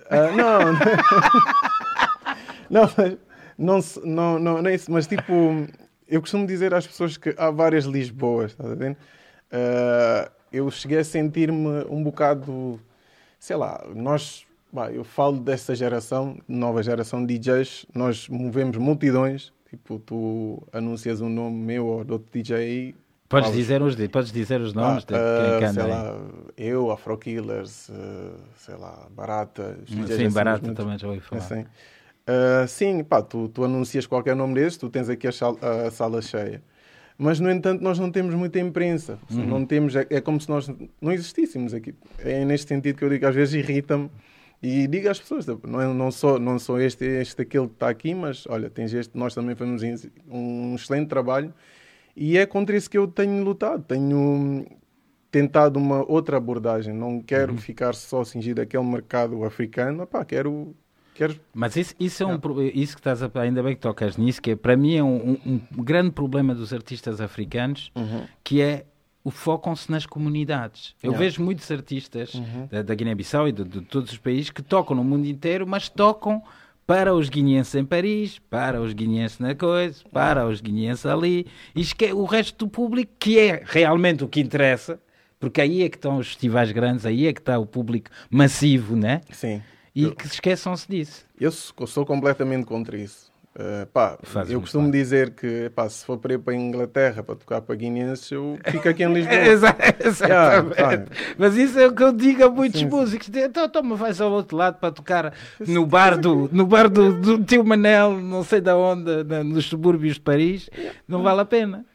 C: Não é isso, mas eu costumo dizer às pessoas que há várias Lisboas, estás a ver? Eu cheguei a sentir-me um bocado, sei lá, eu falo dessa geração, nova geração de DJs, nós movemos multidões. Tu anuncias um nome meu ou de outro DJ aí.
B: Podes dizer os nomes de quem anda
C: sei
B: aí.
C: lá, eu, Afro Killers, sei lá, Barata.
B: Sim, Barata também já ouvi falar.
C: Sim, tu anuncias qualquer nome desses, tu tens aqui a sala cheia. Mas, no entanto, nós não temos muita imprensa. Não temos, é como se nós não existíssemos aqui. É neste sentido que eu digo, às vezes irrita-me. E digo às pessoas, não sou este aquele que está aqui, mas olha, tens este, nós também fazemos um excelente trabalho, e é contra isso que eu tenho lutado. Tenho tentado uma outra abordagem, não quero ficar só cingido àquele mercado africano, quero...
B: Mas isso é isso que estás ainda bem que tocas nisso, que para mim é um grande problema dos artistas africanos, que é focam-se nas comunidades. Eu vejo muitos artistas da Guiné-Bissau e de todos os países que tocam no mundo inteiro, mas tocam para os guineenses em Paris, para os guineenses na coisa, para os guineenses ali, e o resto do público, que é realmente o que interessa, porque aí é que estão os festivais grandes, aí é que está o público massivo, né?
C: Sim.
B: E que esqueçam-se disso.
C: Eu sou completamente contra isso. Eu costumo dizer que se for para ir para a Inglaterra para tocar para guineenses, eu fico aqui em Lisboa.
B: Exatamente. Mas isso é o que eu digo a muitos músicos. Então me vais ao outro lado para tocar no bar do tio Manel, não sei de onde, nos subúrbios de Paris. Não vale a pena.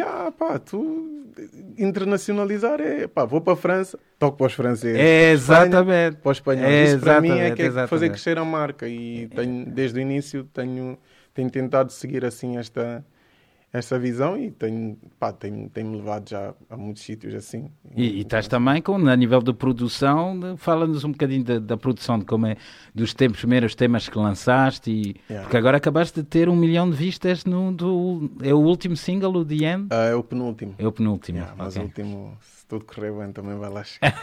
C: Internacionalizar vou para a França, toco para os franceses.
B: Exatamente.
C: Para os espanhóis. Isso para mim é que é fazer crescer a marca, e desde o início tenho tentado seguir assim esta visão, e tem-me levado já a muitos sítios assim.
B: E estás também a nível de produção, fala-nos um bocadinho da produção, de como é, dos primeiros temas que lançaste, porque agora acabaste de ter 1 milhão de vistas é o último single, o The End?
C: É o penúltimo. Mas o último, se tudo correr bem, também vai lá chegar.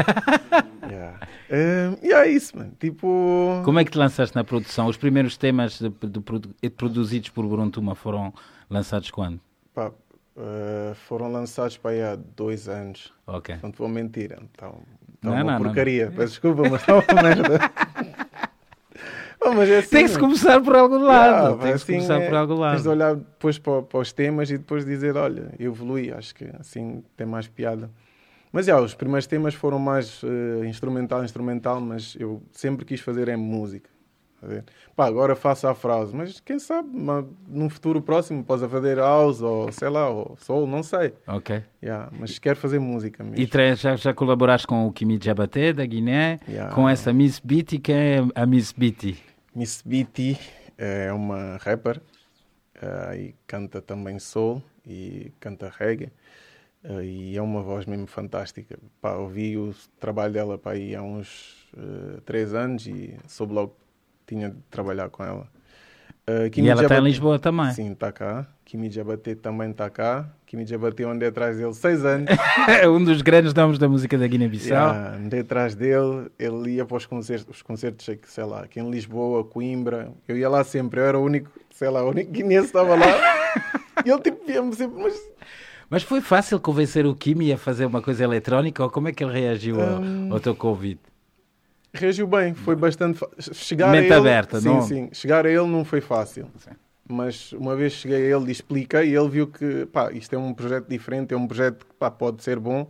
C: É isso, mano.
B: Como é que te lançaste na produção? Os primeiros temas produzidos por Buruntuma foram lançados quando?
C: Foram lançados para aí há 2 anos.
B: Ok.
C: Não te vou mentir. Então uma porcaria. Peço desculpa, mas está uma merda. Oh, mas é assim,
B: Tem que se começar por algum lado.
C: pá,
B: Tem que se
C: assim
B: começar por algum
C: Tens de
B: lado.
C: olhar depois para os temas e depois dizer, olha, eu evolui, acho que assim tem mais piada. Mas os primeiros temas foram mais instrumental, mas eu sempre quis fazer música. Tá a ver? Pá, agora faço a frase, mas quem sabe, num futuro próximo possa fazer house ou sei lá, ou soul, não sei.
B: Ok.
C: Mas quero fazer música mesmo.
B: E já colaboraste com o Kimi Diabaté, da Guiné,
C: Yeah.
B: com essa Miss Beatty. Quem é a Miss Beatty?
C: Miss Beatty é uma rapper e canta também soul e canta reggae. E é uma voz mesmo fantástica. Pá, ouvi o trabalho dela pá, aí há uns 3 anos e soube logo que tinha de trabalhar com ela.
B: E ela está em Lisboa também.
C: Sim, está cá. Kimi Diabaté também está cá. Kimi Diabaté andei atrás dele 6 anos.
B: É um dos grandes nomes da música da Guiné-Bissau.
C: Andei atrás dele. Ele ia para os concertos, sei lá, aqui em Lisboa, Coimbra. Eu ia lá sempre. Eu era o único, sei lá, o único guinense que estava lá. E ele tipo via-me sempre,
B: Mas foi fácil convencer o Kimi a fazer uma coisa eletrónica ou como é que ele reagiu ao teu convite?
C: reagiu bem, foi bastante chegar
B: Mente
C: a ele,
B: aberta,
C: sim,
B: não?
C: sim, chegar a ele não foi fácil.
B: Sim.
C: Mas uma vez cheguei a ele e expliquei, e ele viu que pá, isto é um projeto diferente, é um projeto que pá, pode ser bom.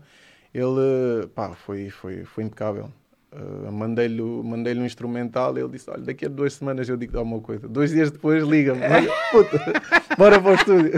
C: Ele pá, foi impecável. Mandei-lhe um instrumental e ele disse, olha, daqui a 2 semanas eu digo alguma coisa. 2 dias depois liga-me, olha, puta, bora para o estúdio.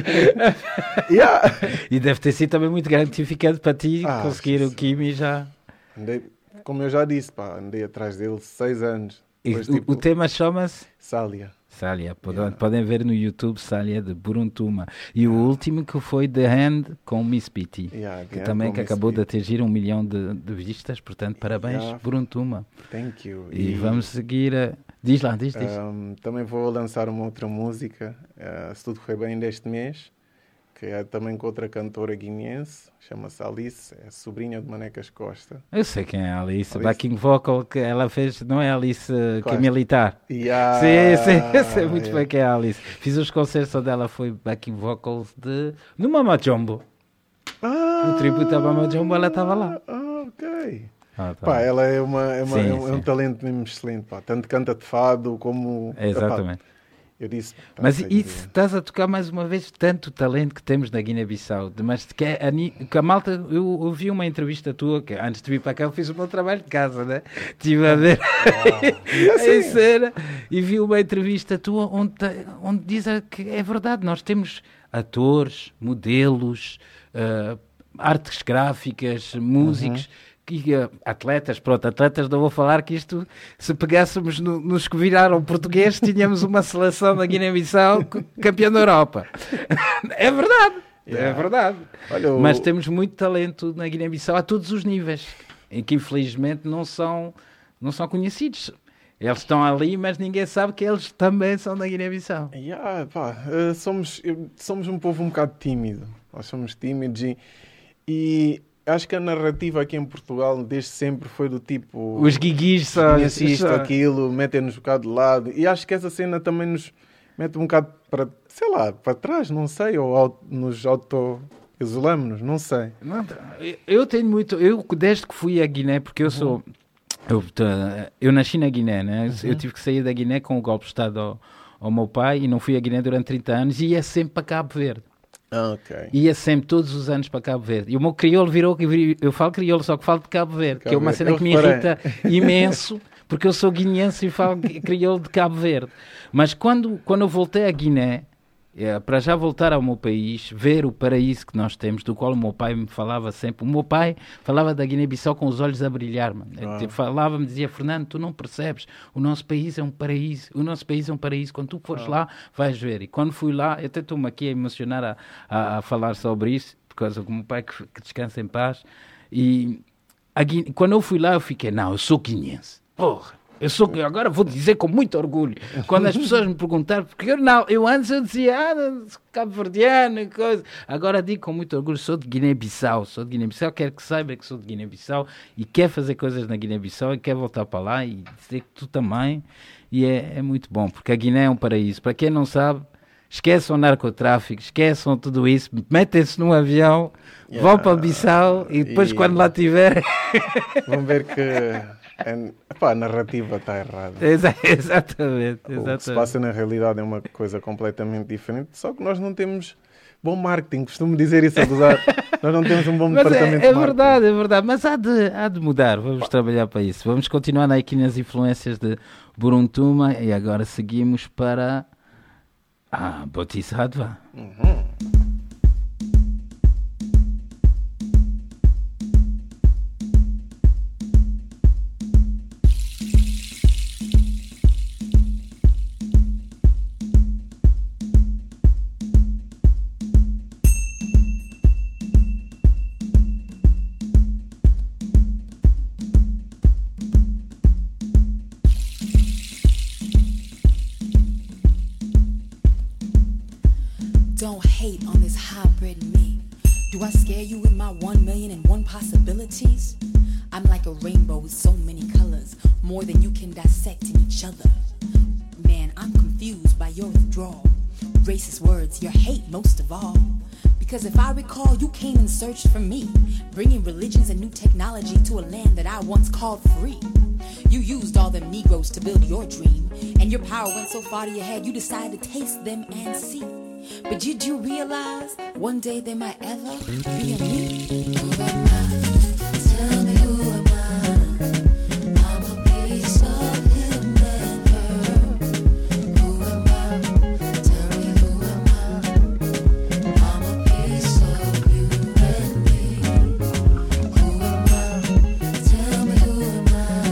C: Yeah.
B: E deve ter sido também muito gratificante para ti conseguir o
C: sim.
B: Kimi já.
C: Como eu já disse, pá, andei atrás dele 6 anos.
B: E
C: Depois,
B: o tema chama-se
C: Sália.
B: Sália. Podem ver no YouTube Sália de Buruntuma. E o último que foi The Hand com Miss Beatty. Que também que acabou de atingir 1 milhão de vistas. Portanto, parabéns, Buruntuma.
C: Thank you.
B: E vamos seguir a... Diz lá, diz.
C: Também vou lançar uma outra música, se tudo correr bem, deste mês, que é também com outra cantora guineense, chama-se Alice, é sobrinha de Manecas Costa.
B: Eu sei quem é a Alice. Backing vocal que ela fez, não é a Alice que é militar? Sim, eu sei muito bem quem é a Alice. Fiz os concertos onde ela foi backing vocals no Mama Jumbo. No tributo a Mama Jumbo ela estava lá.
C: Ok.
B: Tá.
C: Pá, ela é
B: Sim,
C: um talento mesmo excelente, pá. Tanto canta de fado como...
B: Exatamente.
C: Epá, eu disse... Pá,
B: Mas isso, estás a tocar mais uma vez tanto talento que temos na Guiné-Bissau. Mas que a malta, eu ouvi uma entrevista tua, que antes de vir para cá eu fiz o meu trabalho de casa, né? Estive a ver em cena e vi uma entrevista tua onde diz que é verdade, nós temos atores, modelos, artes gráficas, músicos... atletas não vou falar que isto, se pegássemos nos que viraram português, tínhamos uma seleção da Guiné-Bissau campeã da Europa. É verdade, é verdade.
C: Olha,
B: mas temos muito talento na Guiné-Bissau a todos os níveis, em que infelizmente não são conhecidos. Eles estão ali, mas ninguém sabe que eles também são da Guiné-Bissau.
C: Somos um povo um bocado tímido. Nós somos tímidos e acho que a narrativa aqui em Portugal desde sempre foi do tipo...
B: Os guiguis só...
C: isto, aquilo, metem-nos um bocado de lado. E acho que essa cena também nos mete um bocado para, sei lá, para trás, não sei, ou nos auto-isolamos-nos, não sei.
B: Eu tenho muito... Eu, desde que fui à Guiné, porque eu sou... Eu nasci na Guiné, né? Eu tive que sair da Guiné com o golpe de Estado ao meu pai e não fui à Guiné durante 30 anos e ia sempre para Cabo Verde.
C: Okay.
B: Ia sempre, todos os anos, para Cabo Verde. E o meu crioulo eu falo crioulo, só que falo de Cabo Verde, que é uma cena que me irrita imenso, porque eu sou guineense e falo crioulo de Cabo Verde. Mas quando eu voltei à Guiné, para já voltar ao meu país, ver o paraíso que nós temos, do qual o meu pai me falava sempre. O meu pai falava da Guiné-Bissau com os olhos a brilhar, mano. Falava-me, dizia, Fernando, tu não percebes, o nosso país é um paraíso, quando tu fores lá, vais ver. E quando fui lá, eu até estou-me aqui a emocionar a falar sobre isso, por causa do meu pai que descansa em paz. E quando eu fui lá, eu fiquei, não, eu sou guineense, porra. Agora vou dizer com muito orgulho, quando as pessoas me perguntaram, porque eu antes eu dizia, cabo-verdiano e coisa. Agora digo com muito orgulho, sou de Guiné-Bissau, quero que saiba que sou de Guiné-Bissau e quero fazer coisas na Guiné-Bissau e quero voltar para lá e dizer que tu também. E é muito bom, porque a Guiné é um paraíso. Para quem não sabe, esqueçam o narcotráfico, esqueçam tudo isso, metem-se num avião, vão para Bissau e depois
C: E-
B: quando lá tiver...
C: Vão ver que a narrativa está errada.
B: Exatamente,
C: O que se
B: exatamente.
C: passa na realidade é uma coisa completamente diferente, só que nós não temos bom marketing, costumo dizer isso a gozar. Nós não temos um bom
B: Mas
C: departamento
B: é
C: de marketing.
B: verdade, mas há de mudar, vamos trabalhar para isso. Vamos continuar aqui nas influências de Buruntuma e agora seguimos para Bodhisattva.
G: Don't hate on this hybrid me. Do I scare you with my 1,000,001 possibilities? I'm like a rainbow with so many colors, more than you can dissect in each other. Man, I'm confused by your withdrawal. Racist words, your hate most of all. Because if I recall, you came and searched for me, bringing religions and new technology to a land that I once called free. You used all them Negroes to build your dream, and your power went so far to your head, you decided to taste them and see. But did you realize one day they might ever be a me? Who am I? Tell me who am I? I'm a piece of him and her. Who am I? Tell me who am I? I'm a piece of you and me. Who am I? Tell me who am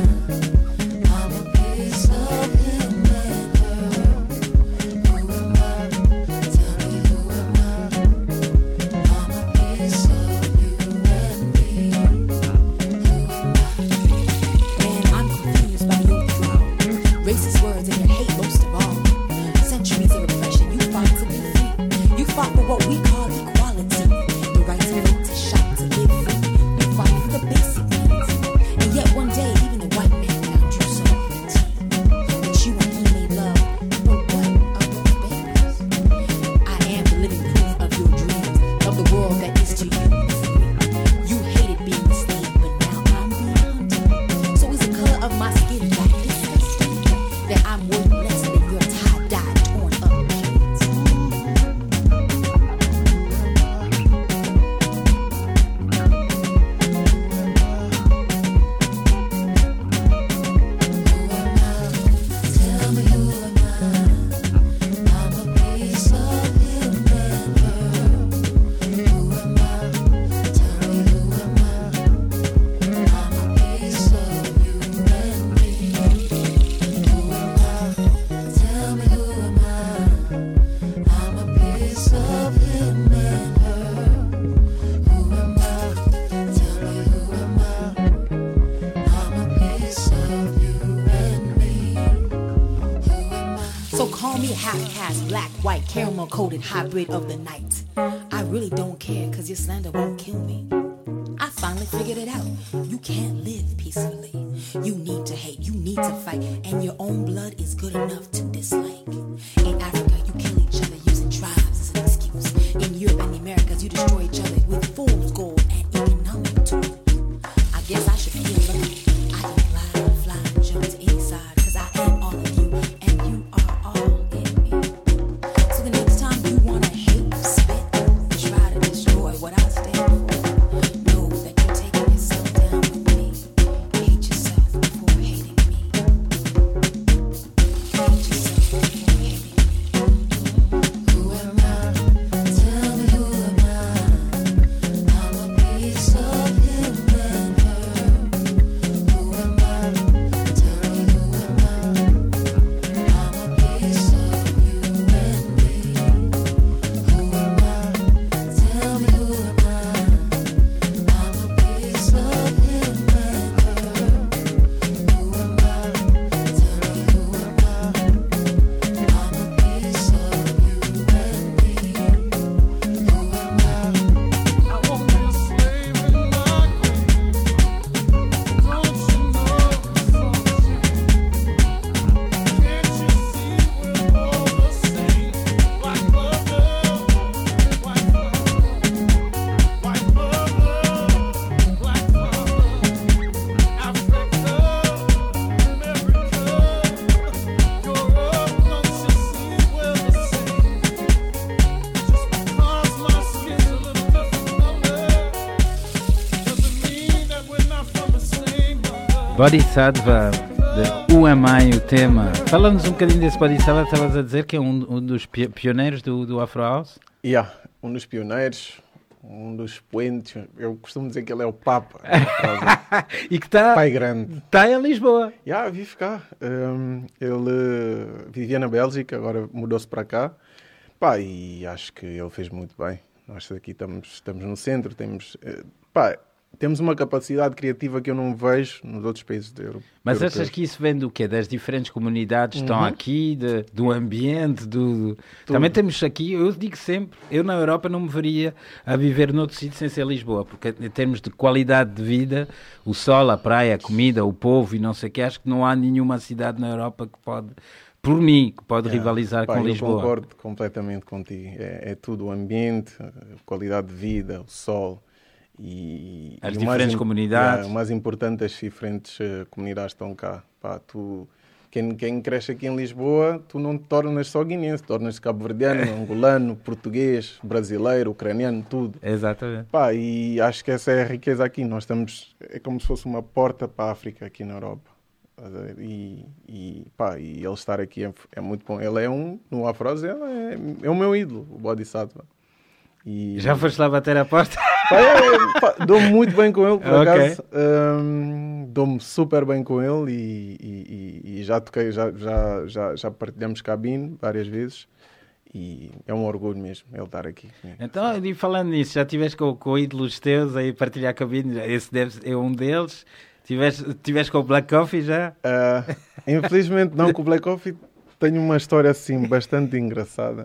G: I? I'm a piece of him and her. Who am I? Tell me who am I? I'm a piece of you and me. Who am I? Man, I'm confused by your withdrawal. Racist words and your hate most of all. Centuries of oppression, you fought to be free. You fought for what we call equality. The right to vote, to shop, to live free. You fought for the basic things. And yet one day, even the white man found you so pretty. But you and he made love. For what? Of those babies. I am the living proof of your dreams, of the world that is to you free. You hated being a slave, but now I'm beyond it. So is the color of my skin that disgusting? That I'm worth less than your tie-dye, torn up jeans. Tell me who am I? I'm a piece of him and her. Who am I? Tell me who am I? I'm a piece of you and me. Who am I? Tell me who am I? I'm a piece of him and her. Who am I? Tell me who am I? I'm a piece of you and me. Who am I? So call me half-caste, black, white, caramel-coated hybrid of the night. I really don't care, cause your slander won't kill me. I finally figured it out. You can't live peacefully. You need to hate, you need to fight, and your own blood is good enough to dislike. In Africa, you kill each other using tribes as an excuse. In Europe and the Americas, you destroy each other with fool's gold and economic tools. I guess I should feel lucky. I can fly, jump to any side, cause I am all of you, and you are all in me. So the next time you wanna hate, spit, try to destroy what I stand for, know that you're taking yourself down with me. Hate yourself before hating me. Hate yourself before hating me. Who am I? Tell me who am I? I'm a
B: Bodhisattva, de Who Am I, o tema. Fala-nos um bocadinho desse Bodhisattva, estavas a dizer que é um dos pioneiros do Afro House?
C: Yeah, um dos pioneiros, um dos expoentes. Eu costumo dizer que ele é o Papa.
B: E que está
C: Pai grande.
B: em Lisboa.
C: Vive cá. Ele vivia na Bélgica, agora mudou-se para cá. Pá, e acho que ele fez muito bem. Nós aqui estamos no centro, temos uma capacidade criativa que eu não vejo nos outros países da Europa.
B: Mas achas que isso vem do quê? Das diferentes comunidades que estão aqui, do ambiente, Também temos aqui, eu digo sempre, eu na Europa não me veria a viver noutro sítio sem ser Lisboa, porque em termos de qualidade de vida, o sol, a praia, a comida, o povo e não sei o que, acho que não há nenhuma cidade na Europa que pode... Por mim, que pode rivalizar com Lisboa.
C: Eu concordo completamente contigo. É tudo o ambiente, a qualidade de vida, o sol e
B: as
C: e o
B: diferentes comunidades.
C: O mais importante, as diferentes comunidades estão cá. Quem cresce aqui em Lisboa, tu não te tornas só guinense, tornas-te cabo-verdiano, angolano, português, brasileiro, ucraniano, tudo.
B: Exatamente.
C: E acho que essa é a riqueza aqui. Nós estamos, é como se fosse uma porta para a África aqui na Europa. E ele estar aqui é muito bom. Ele é no Afroz, ele é o meu ídolo, o Bodhisattva.
B: Já foste lá bater a porta?
C: Dou-me muito bem com ele, por
B: Ok.
C: acaso. Dou-me super bem com ele e já toquei, já partilhamos cabine várias vezes. E é um orgulho mesmo ele estar aqui.
B: Então, e falando nisso, já estiveste com ídolos teus aí partilhar cabine? Esse é um deles? Tiveste com o Black Coffee já?
C: Infelizmente não, com o Black Coffee tenho uma história assim bastante engraçada.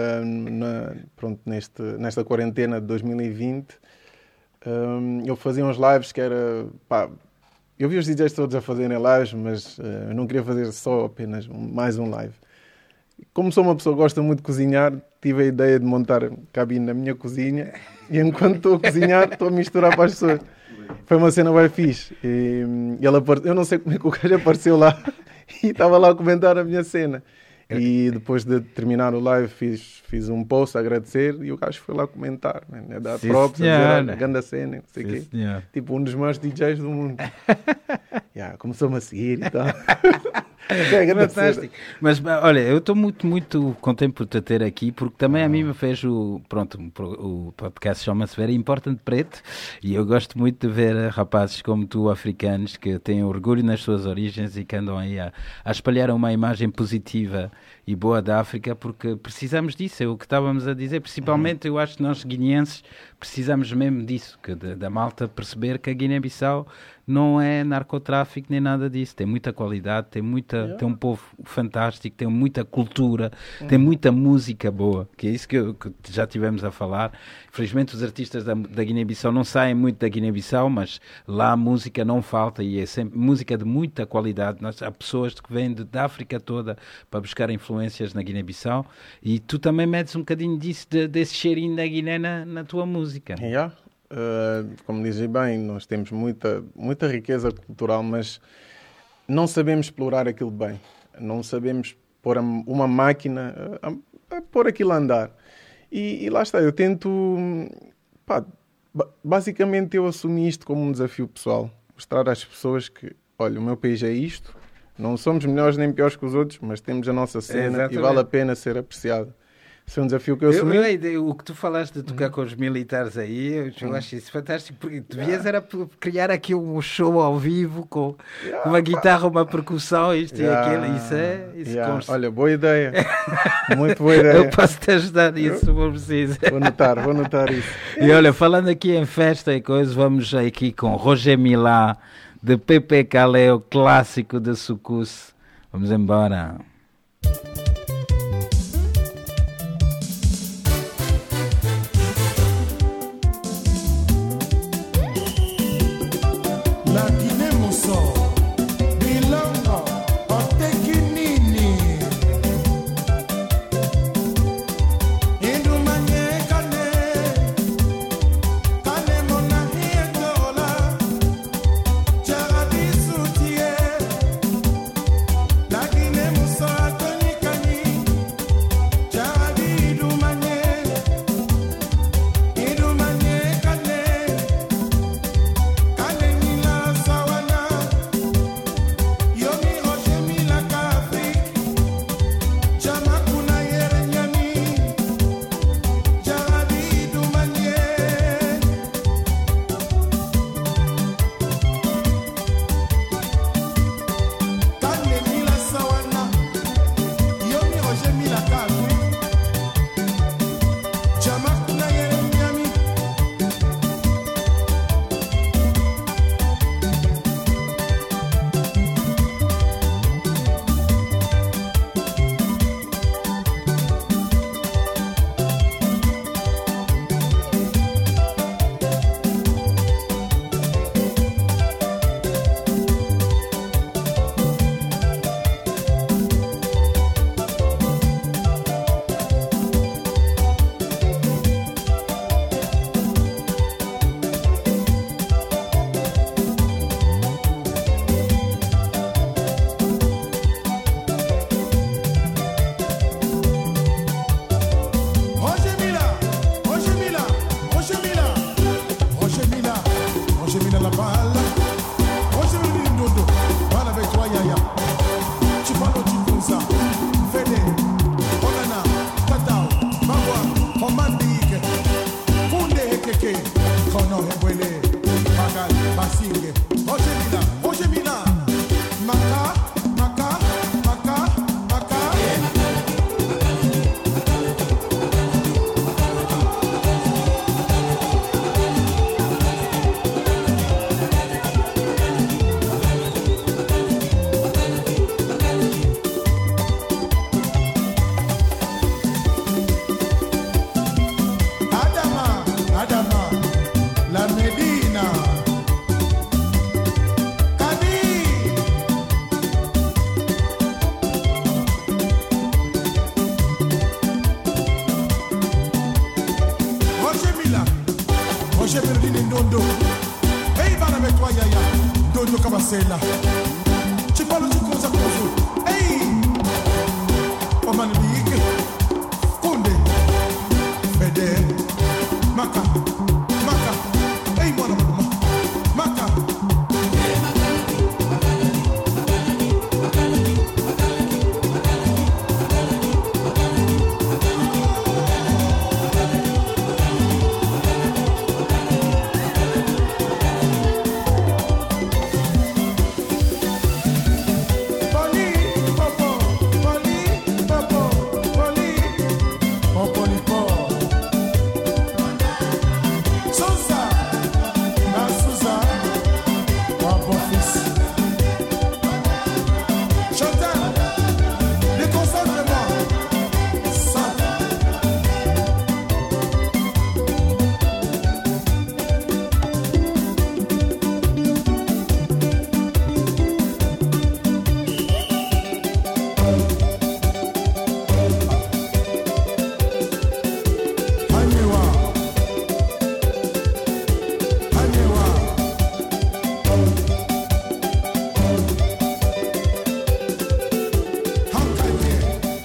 C: Nesta quarentena de 2020, eu fazia uns lives que era... eu vi os DJs todos a fazerem lives, mas eu não queria fazer só apenas mais um live. Como sou uma pessoa que gosta muito de cozinhar, tive a ideia de montar cabine na minha cozinha e enquanto estou a cozinhar estou a misturar para as pessoas. Foi uma cena bem fixe. E eu não sei como é que o gajo apareceu lá e estava lá a comentar a minha cena. E depois de terminar o live fiz um post a agradecer e o gajo foi lá comentar. A dar props, a dizer, olha, grande cena, não sei o quê.
B: Senhor.
C: Tipo, um dos maiores DJs do mundo. Começou-me a seguir e tal.
B: Fantástico. Mas olha, eu estou muito, muito contente por te ter aqui, porque também a mim me fez o podcast chama-se Very Important Preto, e eu gosto muito de ver rapazes como tu, africanos, que têm orgulho nas suas origens e que andam aí a espalhar uma imagem positiva e boa da África, porque precisamos disso, é o que estávamos a dizer, principalmente eu acho que nós guineenses precisamos mesmo disso, da malta perceber que a Guiné-Bissau não é narcotráfico nem nada disso, tem muita qualidade, tem um povo fantástico, tem muita cultura, tem muita música boa, que é isso que já tivemos a falar. Infelizmente os artistas da Guiné-Bissau não saem muito da Guiné-Bissau, mas lá a música não falta e é sempre música de muita qualidade. Há pessoas que vêm da África toda para buscar influências na Guiné-Bissau e tu também metes um bocadinho disso, desse cheirinho da Guiné na tua música.
C: Como dizem bem, nós temos muita riqueza cultural, mas não sabemos explorar aquilo bem. Não sabemos pôr uma máquina a pôr aquilo a andar. E lá está, eu tento... basicamente eu assumi isto como um desafio pessoal. Mostrar às pessoas que, olha, o meu país é isto. Não somos melhores nem piores que os outros, mas temos a nossa cena e vale a pena ser apreciado. Esse é um desafio que eu assumi.
B: O que tu falaste de tocar com os militares aí, eu acho isso fantástico, porque devias era criar aqui um show ao vivo com uma guitarra, uma percussão, isto e aquilo.
C: Olha, boa ideia. Muito boa ideia.
B: Eu posso te ajudar nisso, se for preciso.
C: Vou notar isso.
B: E olha, falando aqui em festa e coisas, vamos aqui com Roger Milá, de Pepe Calé, o clássico de Sucus. Vamos embora.
F: Kane nila sa Kuzo Kabasela. Chipalo Chukuza Kuzo. Hey! Oman Big. Kunde. Fede. Maka. Maka. Hey, mwana mwana. Maka. Poli, popo, poli, popo, poli. Popoli po. Sousa, na Sousa, Wabofis. Chantal, déconcentre-moi. Ça. Anewa. Anewa. Hankanye.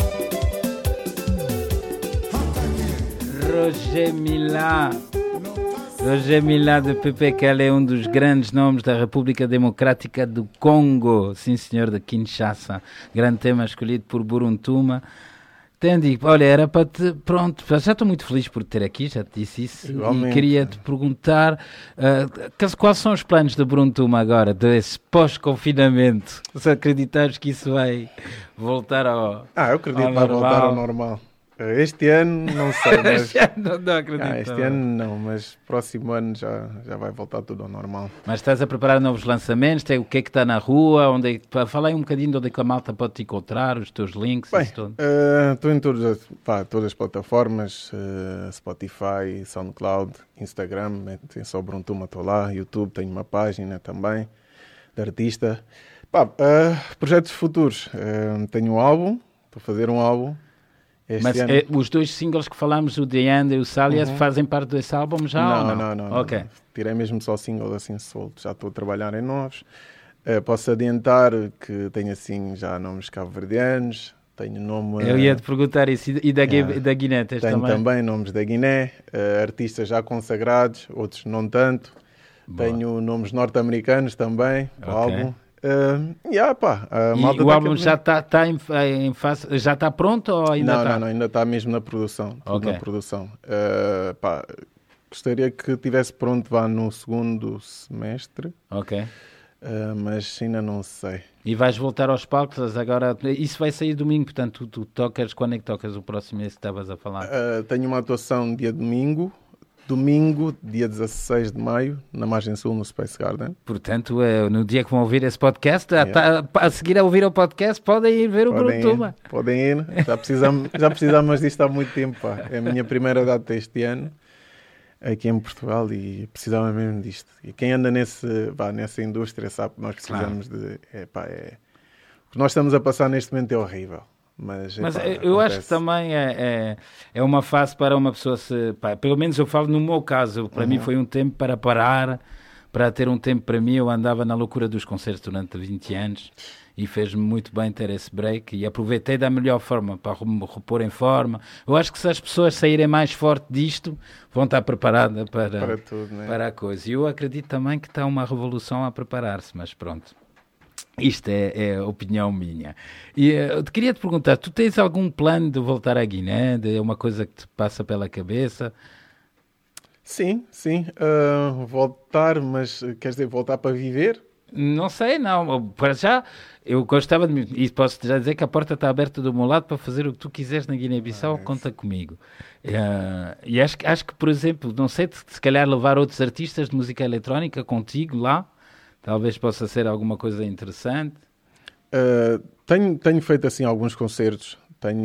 F: Hankanye.
B: Roger Milá. Roger Milá de Pepe Kale é um dos grandes nomes da República Democrática do Congo, sim senhor, de Kinshasa. Grande tema escolhido por Buruntuma. Entendi. Olha, era para te... Pronto, já estou muito feliz por te ter aqui, já te disse isso.
C: Igualmente.
B: E queria-te perguntar quais são os planos de Buruntuma agora, desse pós-confinamento? Se acreditares que isso vai voltar ao...
C: Eu acredito
B: ao
C: que vai voltar
B: normal.
C: ao normal. Este ano, não sei, mas...
B: não acredito.
C: este ano não, mas próximo ano já vai voltar tudo ao normal.
B: Mas estás a preparar novos lançamentos? Tem o que é que está na rua? Fala aí um bocadinho de onde é que a malta pode te encontrar, os teus links,
C: Bem,
B: isso tudo.
C: estou em todas as plataformas, Spotify, SoundCloud, Instagram, tem só Buruntuma, estou lá, YouTube, tenho uma página também de artista. Projetos futuros, tenho um álbum, estou a fazer um álbum. Este
B: Mas
C: ano.
B: os dois singles que falámos, o The End e o Salias, fazem parte desse álbum já ou não?
C: Não.
B: Ok.
C: Tirei mesmo só single assim solto. Já estou a trabalhar em novos. Posso adiantar que tenho assim já nomes cabo-verdianos. Tenho nome...
B: Eu ia-te perguntar isso. E da Guiné tens
C: Tenho
B: também?
C: também nomes da Guiné. Artistas já consagrados, outros não tanto.
B: Boa.
C: Tenho nomes norte-americanos também para o
B: Ok.
C: álbum.
B: E
C: malta
B: o
C: tá
B: álbum
C: aqui-
B: já está em fase... Já está pronto ou ainda está?
C: Não, ainda está mesmo na produção. Tudo
B: Ok.
C: na produção. Gostaria que tivesse pronto vá no segundo semestre,
B: Ok.
C: mas ainda não sei.
B: E vais voltar aos palcos agora? Isso vai sair domingo, portanto, tu tocas... Quando é que tocas o próximo mês que estavas a falar?
C: Tenho uma atuação dia domingo, dia 16 de maio, na Margem Sul, no Space Garden.
B: Portanto, no dia que vão ouvir esse podcast,
C: Yeah.
B: a seguir a ouvir o podcast, podem ir ver o Buruntuma.
C: Podem ir. Já precisamos disto há muito tempo. Pá. É a minha primeira data este ano, aqui em Portugal, e precisava mesmo disto. E quem anda nessa indústria sabe que nós precisamos de... O que nós estamos a passar neste momento é horrível. Mas
B: eu
C: acontece.
B: acho que também é uma fase para uma pessoa se... Pá, pelo menos eu falo no meu caso. Para mim foi um tempo para parar, para ter um tempo para mim. Eu andava na loucura dos concertos durante 20 anos e fez-me muito bem ter esse break e aproveitei da melhor forma para me repor em forma. Eu acho que se as pessoas saírem mais forte disto, vão estar preparadas
C: Para tudo, né?
B: para a coisa. E eu acredito também que está uma revolução a preparar-se, mas pronto. Isto é opinião minha. E eu queria te perguntar, tu tens algum plano de voltar à Guiné? É uma coisa que te passa pela cabeça?
C: Sim. Voltar, mas quer dizer, voltar para viver?
B: Não sei, não. Para já, eu gostava de... E posso já dizer que a porta está aberta do meu lado para fazer o que tu quiseres na Guiné-Bissau, conta comigo. E acho que, por exemplo, não sei, se calhar levar outros artistas de música eletrónica contigo lá, talvez possa ser alguma coisa interessante.
C: Tenho feito assim alguns concertos.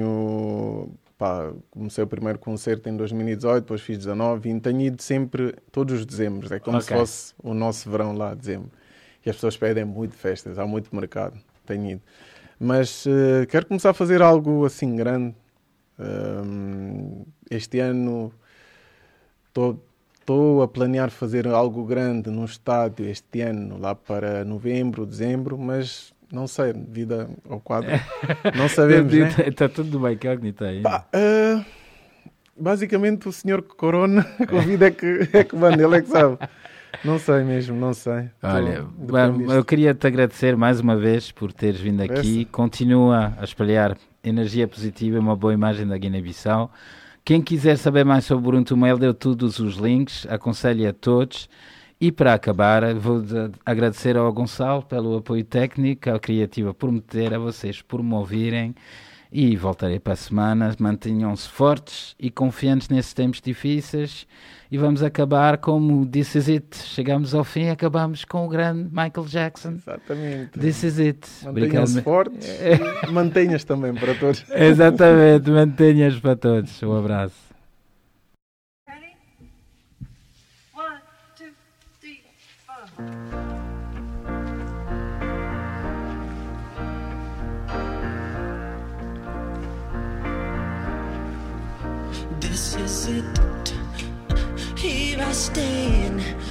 C: Comecei o primeiro concerto em 2018, depois fiz 19 e tenho ido sempre todos os dezembros. É como se fosse o nosso verão lá, dezembro. E as pessoas pedem muito festas, há muito mercado. Tenho ido. Mas quero começar a fazer algo assim grande. Este ano estou Estou a planear fazer algo grande num estádio este ano, lá para novembro, dezembro, mas não sei, devido ao quadro, não sabemos, né?
B: Está tudo bem, que incógnita aí.
C: Pá, basicamente o senhor Corona, Covid é que manda, ele é que sabe. Não sei mesmo, não sei.
B: Olha,
C: Depende disto.
B: eu queria te agradecer mais uma vez por teres vindo aqui. Continua a espalhar energia positiva e uma boa imagem da Guiné-Bissau. Quem quiser saber mais sobre o Ubuntu Mail, deu todos os links, aconselho a todos. E para acabar, vou agradecer ao Gonçalo pelo apoio técnico, ao Criativa por me ter, a vocês por me ouvirem. E voltarei para a semana. Mantenham-se fortes e confiantes nesses tempos difíceis. E vamos acabar como This Is It. Chegamos ao fim e acabamos com o grande Michael Jackson.
C: Exatamente.
B: This Is It.
C: Mantenham-se fortes e mantenhas também para todos.
B: Exatamente, mantenhas para todos. Um abraço.
E: Ready? 1, 2, 3, 4.
H: This is it. Here I stand,